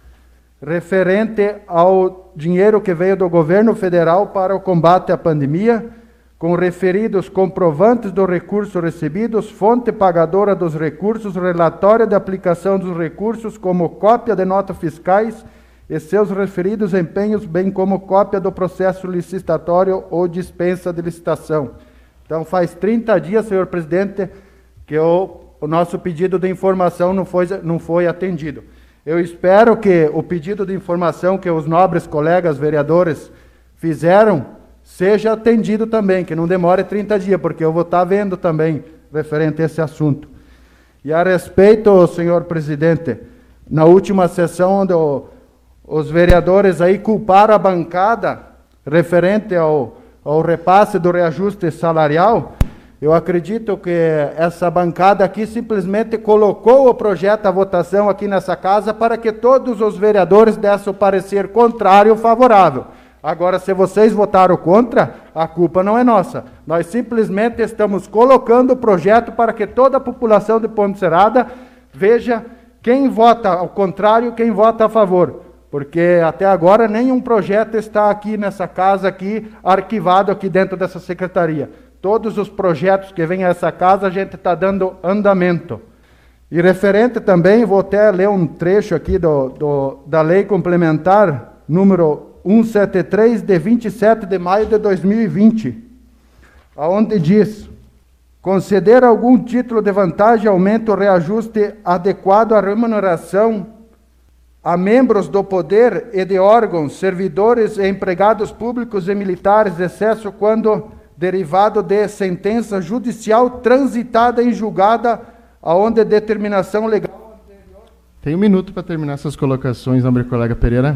referente ao dinheiro que veio do governo federal para o combate à pandemia, com referidos comprovantes dos recursos recebidos, fonte pagadora dos recursos, relatório de aplicação dos recursos, como cópia de notas fiscais e seus referidos empenhos, bem como cópia do processo licitatório ou dispensa de licitação. Então, faz trinta dias, senhor presidente, que o, o nosso pedido de informação não foi, não foi atendido. Eu espero que o pedido de informação que os nobres colegas vereadores fizeram seja atendido também, que não demore trinta dias, porque eu vou estar vendo também referente a esse assunto. E a respeito, senhor presidente, na última sessão, onde o, os vereadores aí culparam a bancada referente ao, ao repasse do reajuste salarial, eu acredito que essa bancada aqui simplesmente colocou o projeto à votação aqui nessa casa para que todos os vereadores dessem o parecer contrário ou favorável. Agora, se vocês votaram contra, a culpa não é nossa. Nós simplesmente estamos colocando o projeto para que toda a população de Ponte Serrada veja quem vota ao contrário e quem vota a favor. Porque até agora nenhum projeto está aqui nessa casa, aqui, arquivado aqui dentro dessa secretaria. Todos os projetos que vêm a essa casa, a gente está dando andamento. E referente também, vou até ler um trecho aqui do, do, da lei complementar, número cento e setenta e três, de vinte e sete de maio de dois mil e vinte, onde diz: conceder algum título de vantagem, aumento ou reajuste adequado à remuneração a membros do poder e de órgãos, servidores e empregados públicos e militares, excesso quando derivado de sentença judicial transitada em julgada, aonde determinação legal anterior... Tem um minuto para terminar essas colocações, nobre colega Pereira.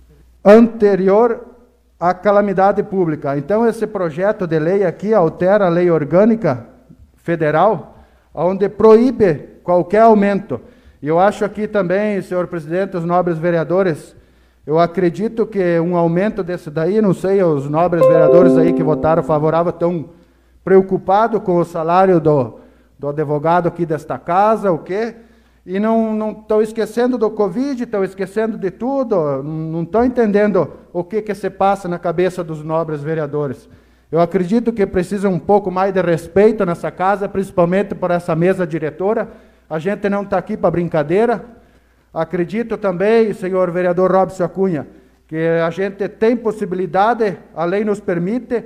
Anterior à calamidade pública. Então, esse projeto de lei aqui altera a lei orgânica federal, onde proíbe qualquer aumento. E eu acho aqui também, senhor presidente, os nobres vereadores, Eu acredito que um aumento desse daí, não sei, os nobres vereadores aí que votaram favorável estão preocupados com o salário do, do advogado aqui desta casa, o quê? E não estão esquecendo do Covid, estão esquecendo de tudo, não estão entendendo o que, que se passa na cabeça dos nobres vereadores. Eu acredito que precisa um pouco mais de respeito nessa casa, principalmente por essa mesa diretora. A gente não está aqui para brincadeira. Acredito também, senhor vereador Robson Acunha, que a gente tem possibilidade, a lei nos permite,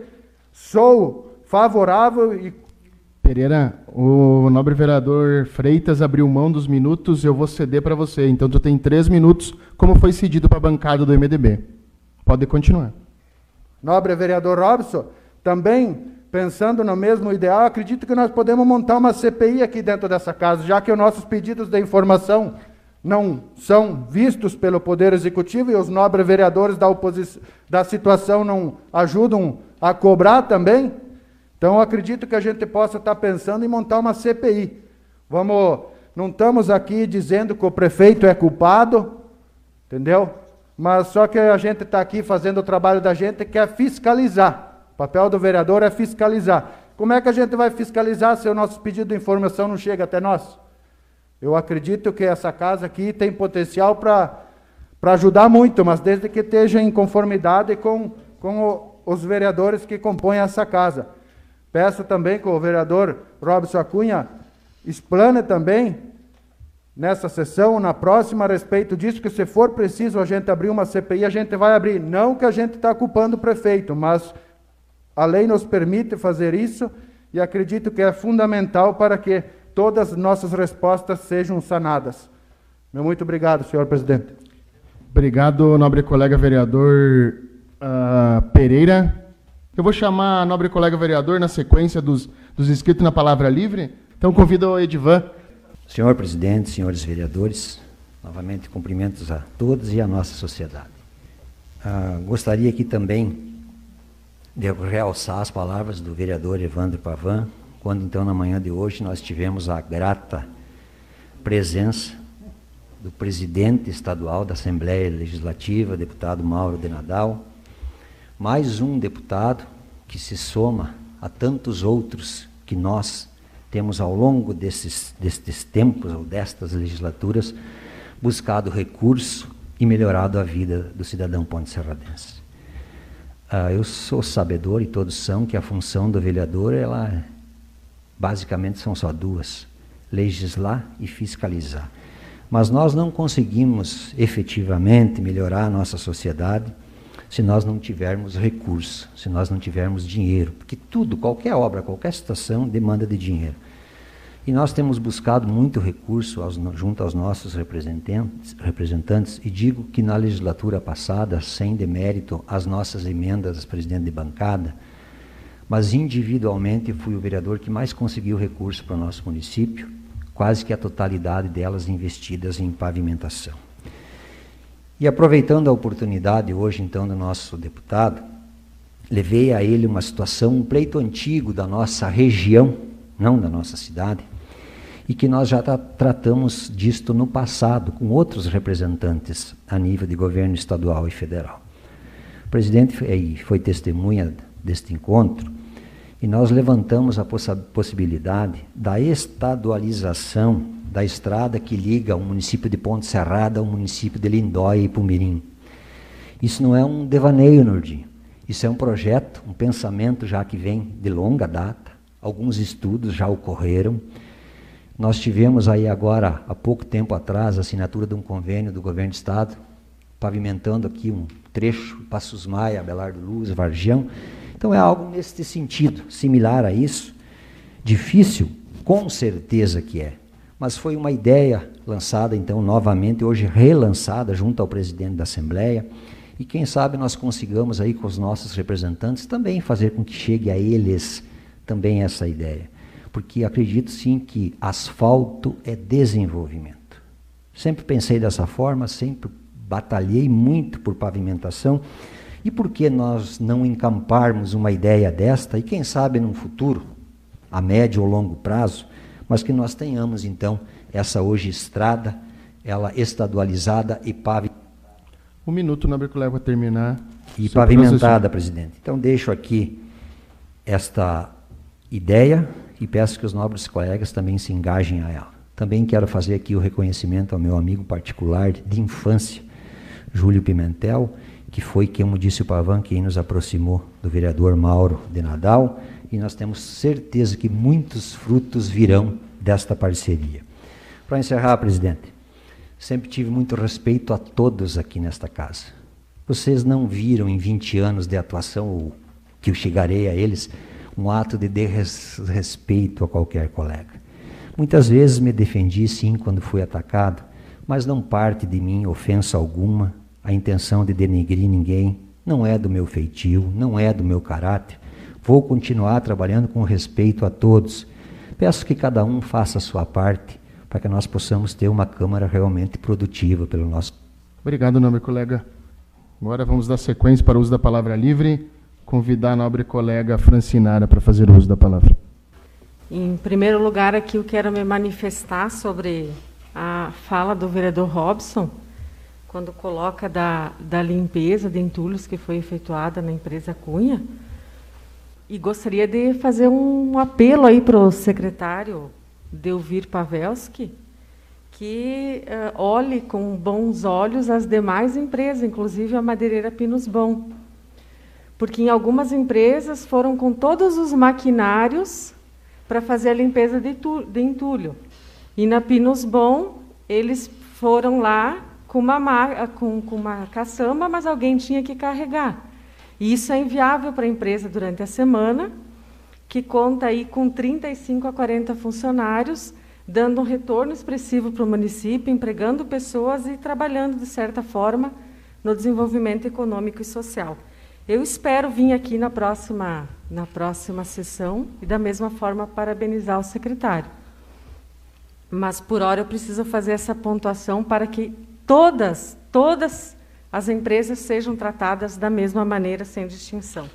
sou favorável e... Pereira, o nobre vereador Freitas abriu mão dos minutos, eu vou ceder para você. Então tu tem três minutos, como foi cedido para a bancada do M D B. Pode continuar. Nobre vereador Robson, também pensando no mesmo ideal, acredito que nós podemos montar uma C P I aqui dentro dessa casa, já que os nossos pedidos de informação não são vistos pelo Poder Executivo e os nobres vereadores da, oposição, da situação não ajudam a cobrar também. Então, acredito que a gente possa estar pensando em montar uma C P I. Vamos, não estamos aqui dizendo que o prefeito é culpado, entendeu? Mas só que a gente está aqui fazendo o trabalho da gente, que é fiscalizar. O papel do vereador é fiscalizar. Como é que a gente vai fiscalizar se o nosso pedido de informação não chega até nós? Eu acredito que essa casa aqui tem potencial para para ajudar muito, mas desde que esteja em conformidade com, com o, os vereadores que compõem essa casa. Peço também que o vereador Robson Acunha explane também nessa sessão, na próxima, a respeito disso, que se for preciso a gente abrir uma C P I, a gente vai abrir. Não que a gente está culpando o prefeito, mas a lei nos permite fazer isso e acredito que é fundamental para que todas as nossas respostas sejam sanadas. Meu muito obrigado, senhor presidente. Obrigado, nobre colega vereador uh, Pereira. Eu vou chamar a nobre colega vereador na sequência dos, dos inscritos na palavra livre. Então, convido o Edivan. Senhor presidente, senhores vereadores, novamente cumprimentos a todos e à nossa sociedade. Uh, gostaria aqui também de realçar as palavras do vereador Evandro Pavan, quando então na manhã de hoje nós tivemos a grata presença do presidente estadual da Assembleia Legislativa, deputado Mauro de Nadal, mais um deputado que se soma a tantos outros que nós temos ao longo desses, destes tempos ou destas legislaturas buscado recurso e melhorado a vida do cidadão ponte-serradense. Ah, eu sou sabedor, e todos são, que a função do vereador, ela basicamente são só duas: legislar e fiscalizar. Mas nós não conseguimos efetivamente melhorar a nossa sociedade se nós não tivermos recurso, se nós não tivermos dinheiro, porque tudo, qualquer obra, qualquer situação demanda de dinheiro. E nós temos buscado muito recurso aos, junto aos nossos representantes, representantes, e digo que na legislatura passada, sem demérito às nossas emendas, presidente de bancada, mas individualmente fui o vereador que mais conseguiu recurso para o nosso município, quase que a totalidade delas investidas em pavimentação. E aproveitando a oportunidade hoje, então, do nosso deputado, levei a ele uma situação, um pleito antigo da nossa região, não da nossa cidade, e que nós já tra- tratamos disto no passado, com outros representantes a nível de governo estadual e federal. O presidente foi, foi testemunha deste encontro, e nós levantamos a poss- possibilidade da estadualização da estrada que liga o município de Ponte Serrada ao município de Lindóia e Pumirim. Isso não é um devaneio, Nordinho. Isso é um projeto, um pensamento já que vem de longa data. Alguns estudos já ocorreram. Nós tivemos aí agora, há pouco tempo atrás, a assinatura de um convênio do governo do estado, pavimentando aqui um trecho, Passos Maia, Abelardo Luz, Vargião. Então é algo nesse sentido, similar a isso. Difícil, com certeza que é. Mas foi uma ideia lançada, então, novamente, hoje relançada junto ao presidente da Assembleia, e quem sabe nós consigamos aí com os nossos representantes também fazer com que chegue a eles também essa ideia. Porque acredito sim que asfalto é desenvolvimento. Sempre pensei dessa forma, sempre batalhei muito por pavimentação, e por que nós não encamparmos uma ideia desta, e quem sabe num futuro, a médio ou longo prazo, mas que nós tenhamos, então, essa hoje estrada, ela estadualizada e pavimentada. Um minuto, nobre colega, para terminar. E pavimentada, presidente. Então, deixo aqui esta ideia e peço que os nobres colegas também se engajem a ela. Também quero fazer aqui o reconhecimento ao meu amigo particular de infância, Júlio Pimentel, que foi, como disse o Pavan, quem nos aproximou do vereador Mauro de Nadal, e nós temos certeza que muitos frutos virão desta parceria. Para encerrar, presidente, sempre tive muito respeito a todos aqui nesta casa. Vocês não viram em vinte anos de atuação, que eu chegarei a eles, um ato de desrespeito a qualquer colega. Muitas vezes me defendi, sim, quando fui atacado, mas não parte de mim ofensa alguma, a intenção de denegrir ninguém, não é do meu feitio, não é do meu caráter. Vou continuar trabalhando com respeito a todos. Peço que cada um faça a sua parte, para que nós possamos ter uma Câmara realmente produtiva pelo nosso... Obrigado, nobre colega. Agora vamos dar sequência para o uso da palavra livre. Convidar a nobre colega Francinara para fazer uso da palavra. Em primeiro lugar, aqui eu quero me manifestar sobre a fala do vereador Robson, quando coloca da, da limpeza de entulhos que foi efetuada na empresa Cunha. E gostaria de fazer um apelo aí para o secretário Delvir Pavelski, que uh, olhe com bons olhos as demais empresas, inclusive a madeireira Pinos Bom. Porque em algumas empresas foram com todos os maquinários para fazer a limpeza de, tu, de entulho. E na Pinos Bom, eles foram lá com uma, com, com uma caçamba, mas alguém tinha que carregar. E isso é inviável para a empresa durante a semana, que conta aí com trinta e cinco a quarenta funcionários, dando um retorno expressivo para o município, empregando pessoas e trabalhando, de certa forma, no desenvolvimento econômico e social. Eu espero vir aqui na próxima, na próxima sessão e, da mesma forma, parabenizar o secretário. Mas, por hora, eu preciso fazer essa pontuação para que todas, todas as empresas sejam tratadas da mesma maneira, sem distinção.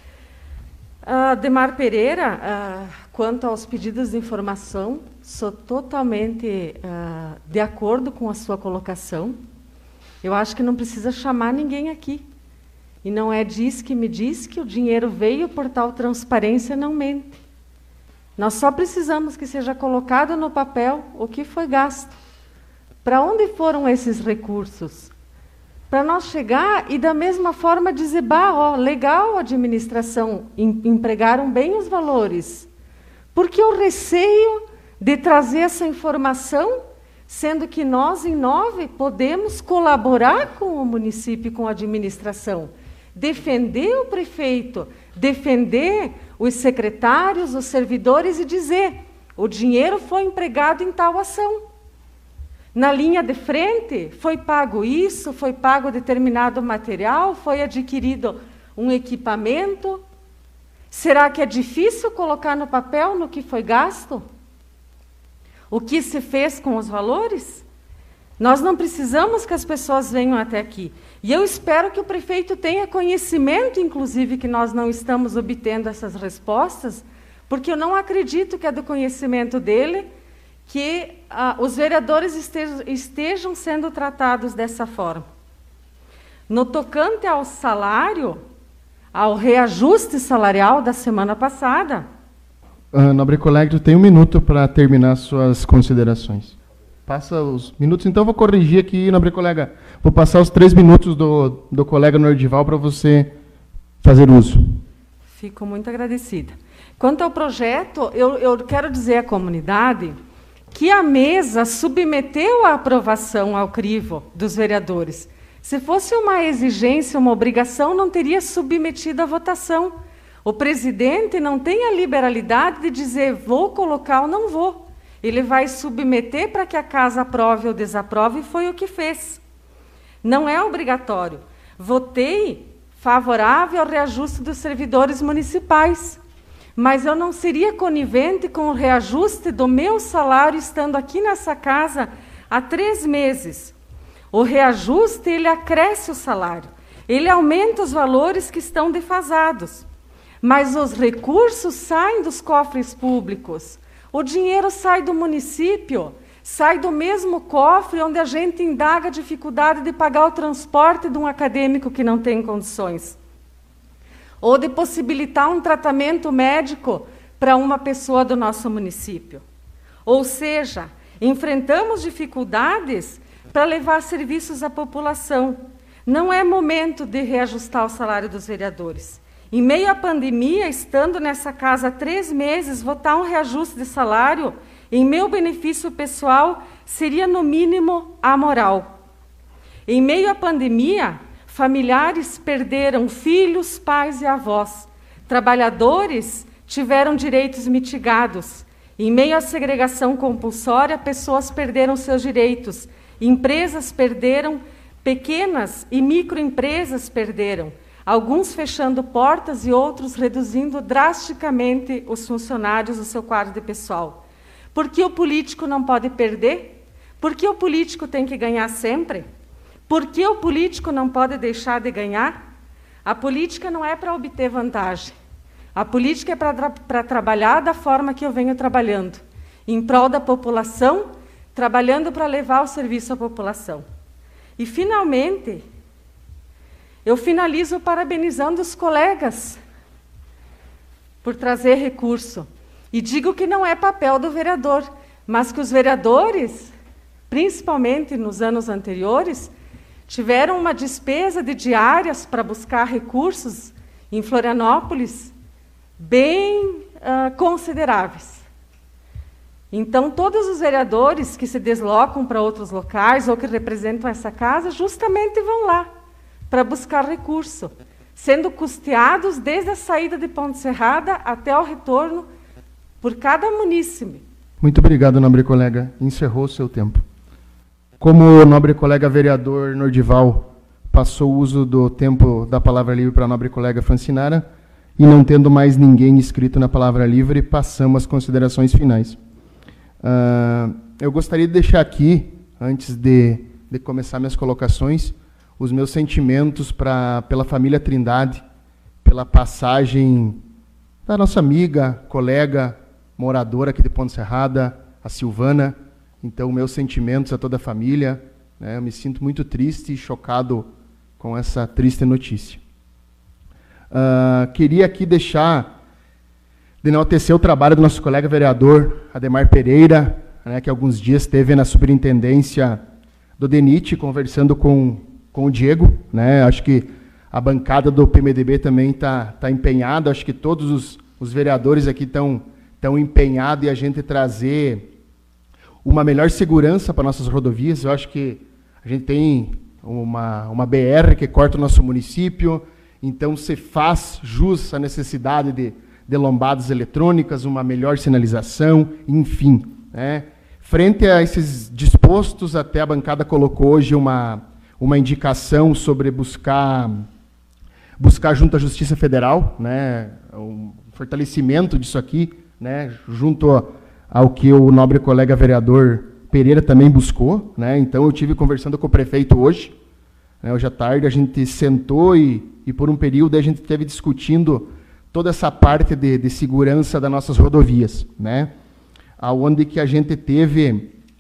Uh, Demar Pereira, uh, quanto aos pedidos de informação, sou totalmente uh, de acordo com a sua colocação. Eu acho que não precisa chamar ninguém aqui. E não é diz que me diz que o dinheiro veio, o portal Transparência não mente. Nós só precisamos que seja colocado no papel o que foi gasto. Para onde foram esses recursos? Para nós chegar e, da mesma forma, dizer, bah, ó, legal, a administração, em, empregaram bem os valores. Porque o receio de trazer essa informação, sendo que nós, em nove, podemos colaborar com o município e com a administração. Defender o prefeito, defender os secretários, os servidores e dizer, o dinheiro foi empregado em tal ação. Na linha de frente, foi pago isso, foi pago determinado material, foi adquirido um equipamento. Será que é difícil colocar no papel no que foi gasto? O que se fez com os valores? Nós não precisamos que as pessoas venham até aqui. E eu espero que o prefeito tenha conhecimento, inclusive, que nós não estamos obtendo essas respostas, porque eu não acredito que é do conhecimento dele que ah, os vereadores estejam, estejam sendo tratados dessa forma. No tocante ao salário, ao reajuste salarial da semana passada... Uh, nobre colega, tu tem um minuto para terminar suas considerações. Passa os minutos, então eu vou corrigir aqui, nobre colega. Vou passar os três minutos do, do colega Nordival para você fazer uso. Fico muito agradecida. Quanto ao projeto, eu, eu quero dizer à comunidade que a mesa submeteu a aprovação ao crivo dos vereadores. Se fosse uma exigência, uma obrigação, não teria submetido à votação. O presidente não tem a liberalidade de dizer vou colocar ou não vou. Ele vai submeter para que a casa aprove ou desaprove, e foi o que fez. Não é obrigatório. Votei favorável ao reajuste dos servidores municipais, mas eu não seria conivente com o reajuste do meu salário estando aqui nessa casa há três meses. O reajuste, ele acresce o salário, ele aumenta os valores que estão defasados, mas os recursos saem dos cofres públicos. O dinheiro sai do município. sai do mesmo cofre onde a gente indaga a dificuldade de pagar o transporte de um acadêmico que não tem condições, ou de possibilitar um tratamento médico para uma pessoa do nosso município. Ou seja, enfrentamos dificuldades para levar serviços à população. Não é momento de reajustar o salário dos vereadores. Em meio à pandemia, estando nessa casa há três meses, votar um reajuste de salário, em meu benefício pessoal, seria, no mínimo, amoral. Em meio à pandemia, familiares perderam filhos, pais e avós. Trabalhadores tiveram direitos mitigados. Em meio à segregação compulsória, pessoas perderam seus direitos. Empresas perderam, pequenas e microempresas perderam. Alguns fechando portas e outros reduzindo drasticamente os funcionários do seu quadro de pessoal. Por que o político não pode perder? Por que o político tem que ganhar sempre? Por que o político não pode deixar de ganhar? A política não é para obter vantagem. A política é para tra- trabalhar da forma que eu venho trabalhando, em prol da população, trabalhando para levar o serviço à população. E, finalmente, eu finalizo parabenizando os colegas por trazer recurso. E digo que não é papel do vereador, mas que os vereadores, principalmente nos anos anteriores, tiveram uma despesa de diárias para buscar recursos em Florianópolis bem uh, consideráveis. Então, todos os vereadores que se deslocam para outros locais ou que representam essa casa, justamente vão lá para buscar recurso, sendo custeados desde a saída de Ponte Serrada até o retorno por cada munícipe. Muito obrigado, nobre colega. Encerrou o seu tempo. Como o nobre colega vereador Nordival passou o uso do tempo da palavra livre para a nobre colega Francinara, e não tendo mais ninguém inscrito na palavra livre, passamos às considerações finais. Uh, eu gostaria de deixar aqui, antes de, de começar minhas colocações, os meus sentimentos pra, pela família Trindade, pela passagem da nossa amiga, colega, moradora aqui de Ponte Serrada, a Silvana. Então, meus sentimentos a toda a família, né? Eu me sinto muito triste e chocado com essa triste notícia. Uh, queria aqui deixar, de enaltecer o trabalho do nosso colega vereador Ademar Pereira, né, que alguns dias esteve na superintendência do DENIT, conversando com, com o Diego. Né? Acho que a bancada do P M D B também está tá empenhada, acho que todos os, os vereadores aqui estão tão empenhados em a gente trazer uma melhor segurança para nossas rodovias. Eu acho que a gente tem uma, uma B R que corta o nosso município, então se faz jus à necessidade de, de lombadas eletrônicas, uma melhor sinalização, enfim. Né? Frente a esses dispostos, até a bancada colocou hoje uma, uma indicação sobre buscar, buscar junto à Justiça Federal, né? Um fortalecimento disso aqui, né? Junto ao que o nobre colega vereador Pereira também buscou. Né? Então, eu tive conversando com o prefeito hoje, né? Hoje à tarde, a gente sentou e, e por um período, a gente esteve discutindo toda essa parte de, de segurança das nossas rodovias, né? Onde que a gente teve,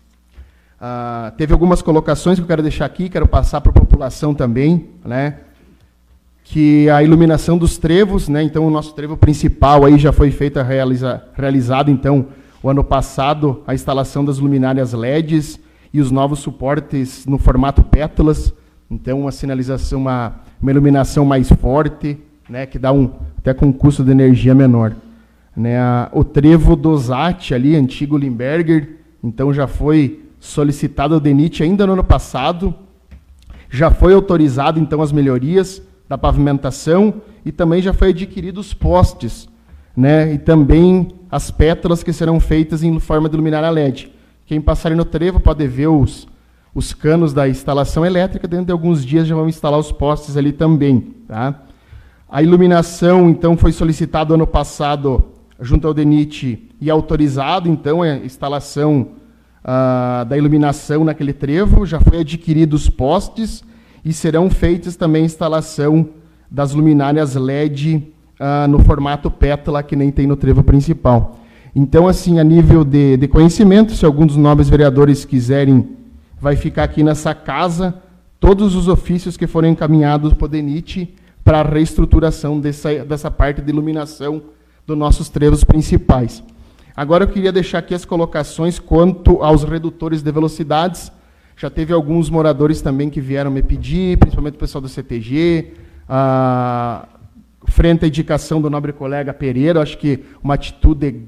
uh, teve algumas colocações que eu quero deixar aqui, quero passar para a população também, né? Que a iluminação dos trevos, né? Então, o nosso trevo principal aí já foi feita, realiza, realizado, então, o ano passado, a instalação das luminárias L E Ds e os novos suportes no formato pétalas. Então, uma sinalização, uma, uma iluminação mais forte, né? Que dá um, até com um custo de energia menor. Né? A, o trevo do Zat, ali, antigo Limberger, então já foi solicitado ao DENIT ainda no ano passado, já foi autorizado, então, as melhorias da pavimentação e também já foi adquirido os postes, né? E também as pétalas que serão feitas em forma de luminária L E D. Quem passar no trevo pode ver os, os canos da instalação elétrica, dentro de alguns dias já vão instalar os postes ali também. Tá? A iluminação, então, foi solicitado ano passado junto ao DENIT e autorizado, então, a instalação ah, da iluminação naquele trevo, já foi adquirido os postes e serão feitas também a instalação das luminárias L E D ah, no formato pétala, que nem tem no trevo principal. Então, assim, a nível de, de conhecimento, se algum dos nobres vereadores quiserem, vai ficar aqui nessa casa todos os ofícios que foram encaminhados por DENIT para a reestruturação dessa, dessa parte de iluminação dos nossos trevos principais. Agora eu queria deixar aqui as colocações quanto aos redutores de velocidades. Já teve alguns moradores também que vieram me pedir, principalmente o pessoal do C T G, a, frente à indicação do nobre colega Pereira, acho que uma atitude,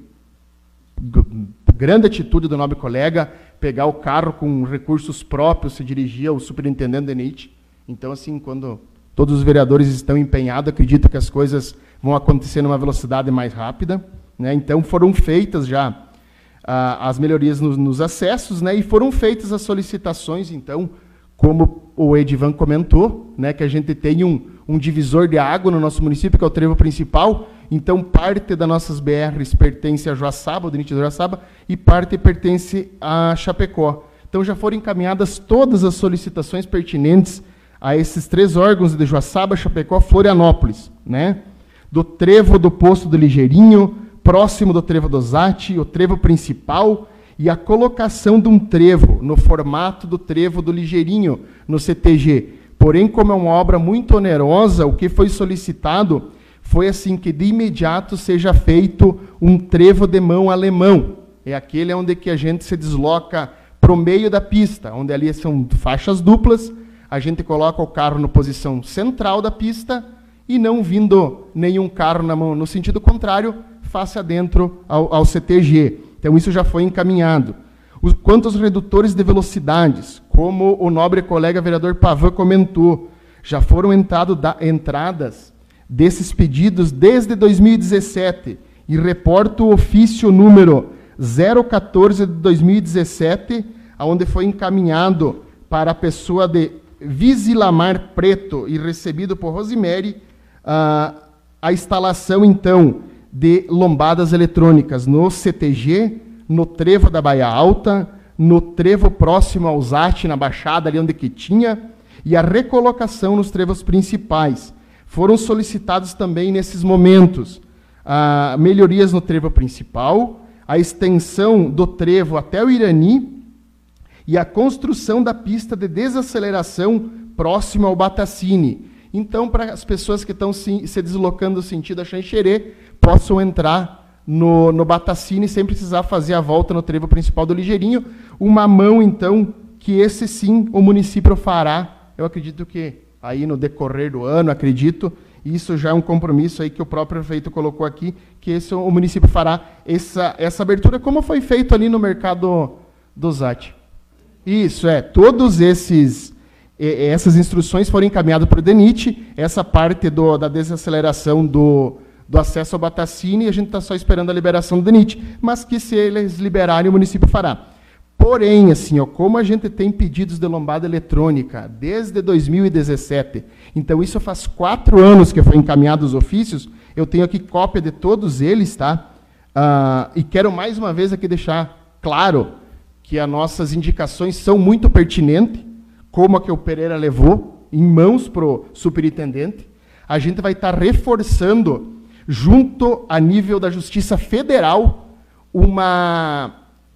grande atitude do nobre colega, pegar o carro com recursos próprios, se dirigir ao superintendente DENIT. Então, assim, quando todos os vereadores estão empenhados, acredito que as coisas vão acontecer numa velocidade mais rápida, né? Então, foram feitas já ah, as melhorias nos, nos acessos, né? E foram feitas as solicitações, então, como o Edivan comentou, né? Que a gente tem um, um divisor de água no nosso município, que é o trevo principal. Então, parte das nossas B Rs pertence a Joaçaba, o DENIT de Joaçaba, e parte pertence a Chapecó. Então, já foram encaminhadas todas as solicitações pertinentes a esses três órgãos de Joaçaba, Chapecó, Florianópolis, né? Do trevo do Posto do Ligeirinho, próximo do trevo do Zate, o trevo principal, e a colocação de um trevo no formato do trevo do Ligeirinho, no C T G. Porém, como é uma obra muito onerosa, o que foi solicitado foi assim que de imediato seja feito um trevo de mão alemão. É aquele onde que a gente se desloca para o meio da pista, onde ali são faixas duplas, a gente coloca o carro na posição central da pista e não vindo nenhum carro na mão, no sentido contrário, face adentro ao, ao C T G. Então isso já foi encaminhado. Os, quanto aos redutores de velocidades, como o nobre colega vereador Pavan comentou, já foram entrado da, entradas desses pedidos desde dois mil e dezessete, e reporto o ofício número zero quatorze de dois mil e dezessete, onde foi encaminhado para a pessoa de Visilamar Preto e recebido por Rosemary a, a instalação, então, de lombadas eletrônicas no C T G, no trevo da Baía Alta, no trevo próximo ao Zate, na Baixada, ali onde que tinha, e a recolocação nos trevos principais. Foram solicitados também, nesses momentos, ah, melhorias no trevo principal, a extensão do trevo até o Irani e a construção da pista de desaceleração próximo ao Batacine. Então, para as pessoas que estão se, se deslocando no sentido a Xanxerê, possam entrar no, no Batacine sem precisar fazer a volta no trevo principal do Ligeirinho. Uma mão, então, que esse sim o município fará. Eu acredito que aí no decorrer do ano, acredito, isso já é um compromisso aí que o próprio prefeito colocou aqui, que esse, o município fará essa, essa abertura, como foi feito ali no mercado do Zate. Isso, é, todos esses, essas instruções foram encaminhadas para o DENIT, essa parte do, da desaceleração do, do acesso ao Batacine, a gente está só esperando a liberação do DENIT, mas que se eles liberarem, o município fará. Porém, assim, ó, como a gente tem pedidos de lombada eletrônica desde dois mil e dezessete, então isso faz quatro anos que foi encaminhado os ofícios, eu tenho aqui cópia de todos eles, tá? Ah, e quero mais uma vez aqui deixar claro que as nossas indicações são muito pertinentes, como a que o Pereira levou em mãos para o superintendente. A gente vai estar reforçando, junto a nível da Justiça Federal, uma...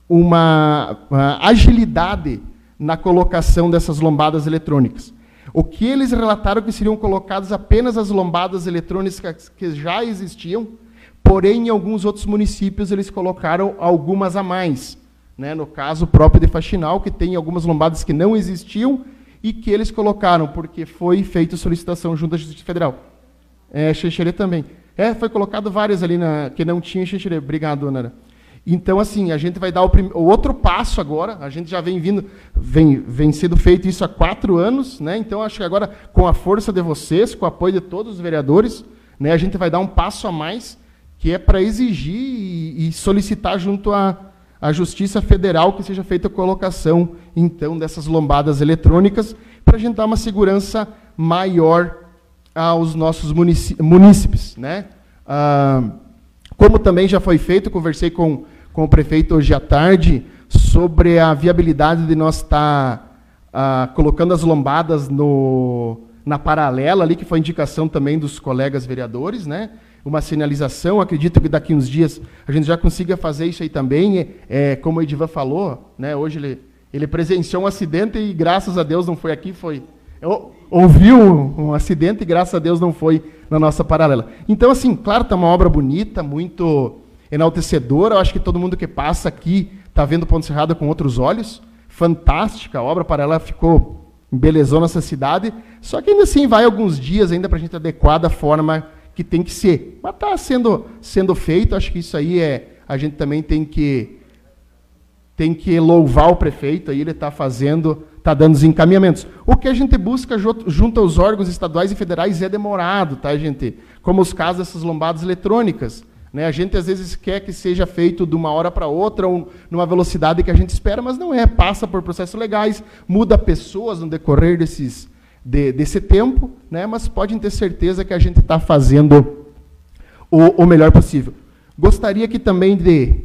uma uh, agilidade na colocação dessas lombadas eletrônicas. O que eles relataram que seriam colocadas apenas as lombadas eletrônicas que já existiam, porém, em alguns outros municípios, eles colocaram algumas a mais. Né? No caso próprio de Faxinal, que tem algumas lombadas que não existiam e que eles colocaram, porque foi feita solicitação junto à Justiça Federal. É, Xanxerê também. É, foi colocado várias ali na, que não tinha Xanxerê. Obrigado, Ana. Então, assim, a gente vai dar o, prim... o outro passo agora, a gente já vem vindo, vem, vem sendo feito isso há quatro anos, né? Então, acho que agora, com a força de vocês, com o apoio de todos os vereadores, né, a gente vai dar um passo a mais, que é para exigir e, e solicitar junto à, à Justiça Federal que seja feita a colocação, então, dessas lombadas eletrônicas, para a gente dar uma segurança maior aos nossos munícipes, né? Ah, como também já foi feito, conversei com com o prefeito hoje à tarde, sobre a viabilidade de nós estar ah, colocando as lombadas no, na paralela ali, que foi indicação também dos colegas vereadores, né? uma sinalização. Acredito que daqui uns dias a gente já consiga fazer isso aí também. É, é, como o Edivan falou, né, hoje ele, ele presenciou um acidente e graças a Deus não foi aqui, foi... ouviu um, um acidente e graças a Deus não foi na nossa paralela. Então, assim, claro, está uma obra bonita, muito enaltecedora. Eu acho que todo mundo que passa aqui está vendo Ponte Serrada com outros olhos. Fantástica, a obra paralela ficou embelezou nossa cidade. Só que ainda assim vai alguns dias ainda para a gente adequar da forma que tem que ser. Mas está sendo, sendo feito, acho que isso aí é... A gente também tem que, tem que louvar o prefeito, aí ele está fazendo... está dando os encaminhamentos. O que a gente busca junto aos órgãos estaduais e federais é demorado, tá, gente? Como os casos dessas lombadas eletrônicas. Né? A gente, às vezes, quer que seja feito de uma hora para outra, ou numa velocidade que a gente espera, mas não é. Passa por processos legais, muda pessoas no decorrer desses, de, desse tempo, né? Mas podem ter certeza que a gente está fazendo o, o melhor possível. Gostaria aqui também de,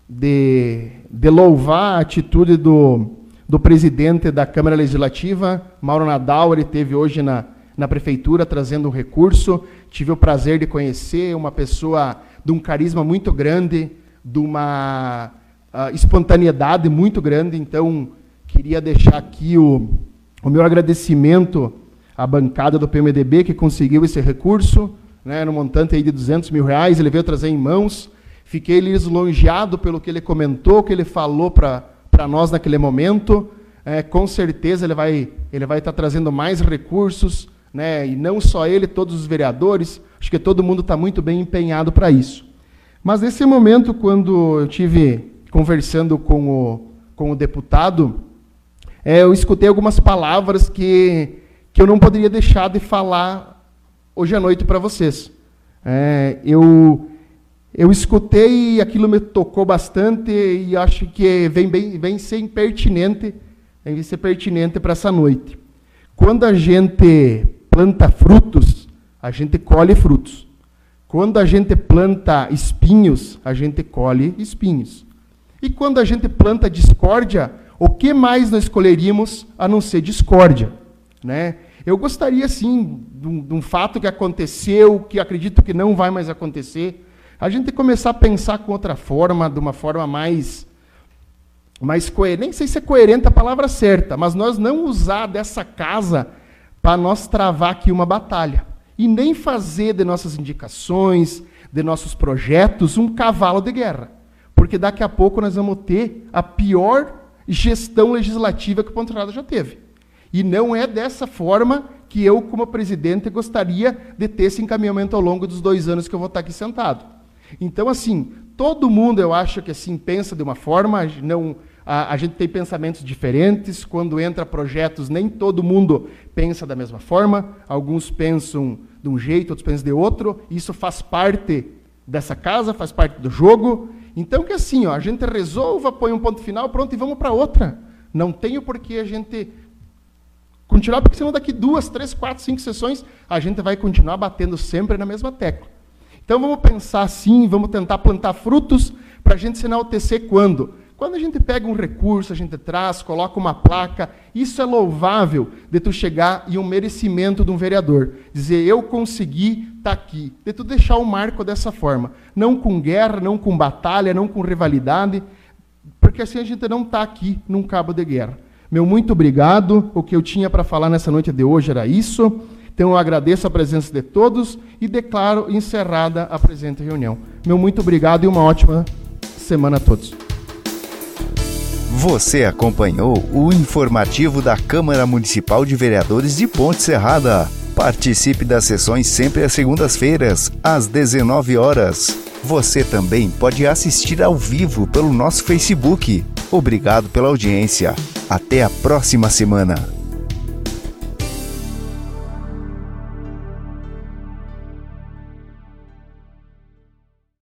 de, de louvar a atitude do... do presidente da Câmara Legislativa, Mauro Nadal. Ele esteve hoje na, na Prefeitura trazendo um recurso. Tive o prazer de conhecer uma pessoa de um carisma muito grande, de uma uh, espontaneidade muito grande. Então, queria deixar aqui o, o meu agradecimento à bancada do P M D B que conseguiu esse recurso, né, no montante aí de duzentos mil reais. Ele veio trazer em mãos. Fiquei lisonjeado pelo que ele comentou, que ele falou para... para nós naquele momento. É, com certeza ele vai ele vai estar trazendo mais recursos, né, e não só ele, todos os vereadores. Acho que todo mundo está muito bem empenhado para isso. Mas nesse momento, quando eu tive conversando com o, com o deputado, é, eu escutei algumas palavras que, que eu não poderia deixar de falar hoje à noite para vocês. É, eu Eu escutei e aquilo me tocou bastante e acho que vem, bem, vem ser pertinente, vem ser pertinente para essa noite. Quando a gente planta frutos, a gente colhe frutos. Quando a gente planta espinhos, a gente colhe espinhos. E quando a gente planta discórdia, o que mais nós escolheríamos a não ser discórdia, né? Eu gostaria, sim, de um, de um fato que aconteceu, que acredito que não vai mais acontecer, a gente começar a pensar com outra forma, de uma forma mais, mais coerente. Nem sei se é coerente a palavra certa, mas nós não usar dessa casa para nós travar aqui uma batalha. E nem fazer de nossas indicações, de nossos projetos, um cavalo de guerra. Porque daqui a pouco nós vamos ter a pior gestão legislativa que o Ponte Serrada já teve. E não é dessa forma que eu, como presidente, gostaria de ter esse encaminhamento ao longo dos dois anos que eu vou estar aqui sentado. Então, assim, todo mundo, eu acho que assim pensa de uma forma, não, a, a gente tem pensamentos diferentes. Quando entra projetos, nem todo mundo pensa da mesma forma. Alguns pensam de um jeito, outros pensam de outro. Isso faz parte dessa casa, faz parte do jogo. Então, que assim, ó, a gente resolva, põe um ponto final, pronto, e vamos para outra. Não tem o porquê a gente continuar, porque senão daqui duas, três, quatro, cinco sessões, a gente vai continuar batendo sempre na mesma tecla. Então, vamos pensar assim, vamos tentar plantar frutos para a gente se enaltecer quando? Quando a gente pega um recurso, a gente traz, coloca uma placa, isso é louvável de tu chegar e um merecimento de um vereador. Dizer, eu consegui estar aqui. De tu deixar o marco dessa forma. Não com guerra, não com batalha, não com rivalidade, porque assim a gente não está aqui num cabo de guerra. Meu muito obrigado. O que eu tinha para falar nessa noite de hoje era isso. Então, eu agradeço a presença de todos e declaro encerrada a presente reunião. Meu muito obrigado e uma ótima semana a todos. Você acompanhou o informativo da Câmara Municipal de Vereadores de Ponte Serrada. Participe das sessões sempre às segundas-feiras, às dezenove horas. Você também pode assistir ao vivo pelo nosso Facebook. Obrigado pela audiência. Até a próxima semana.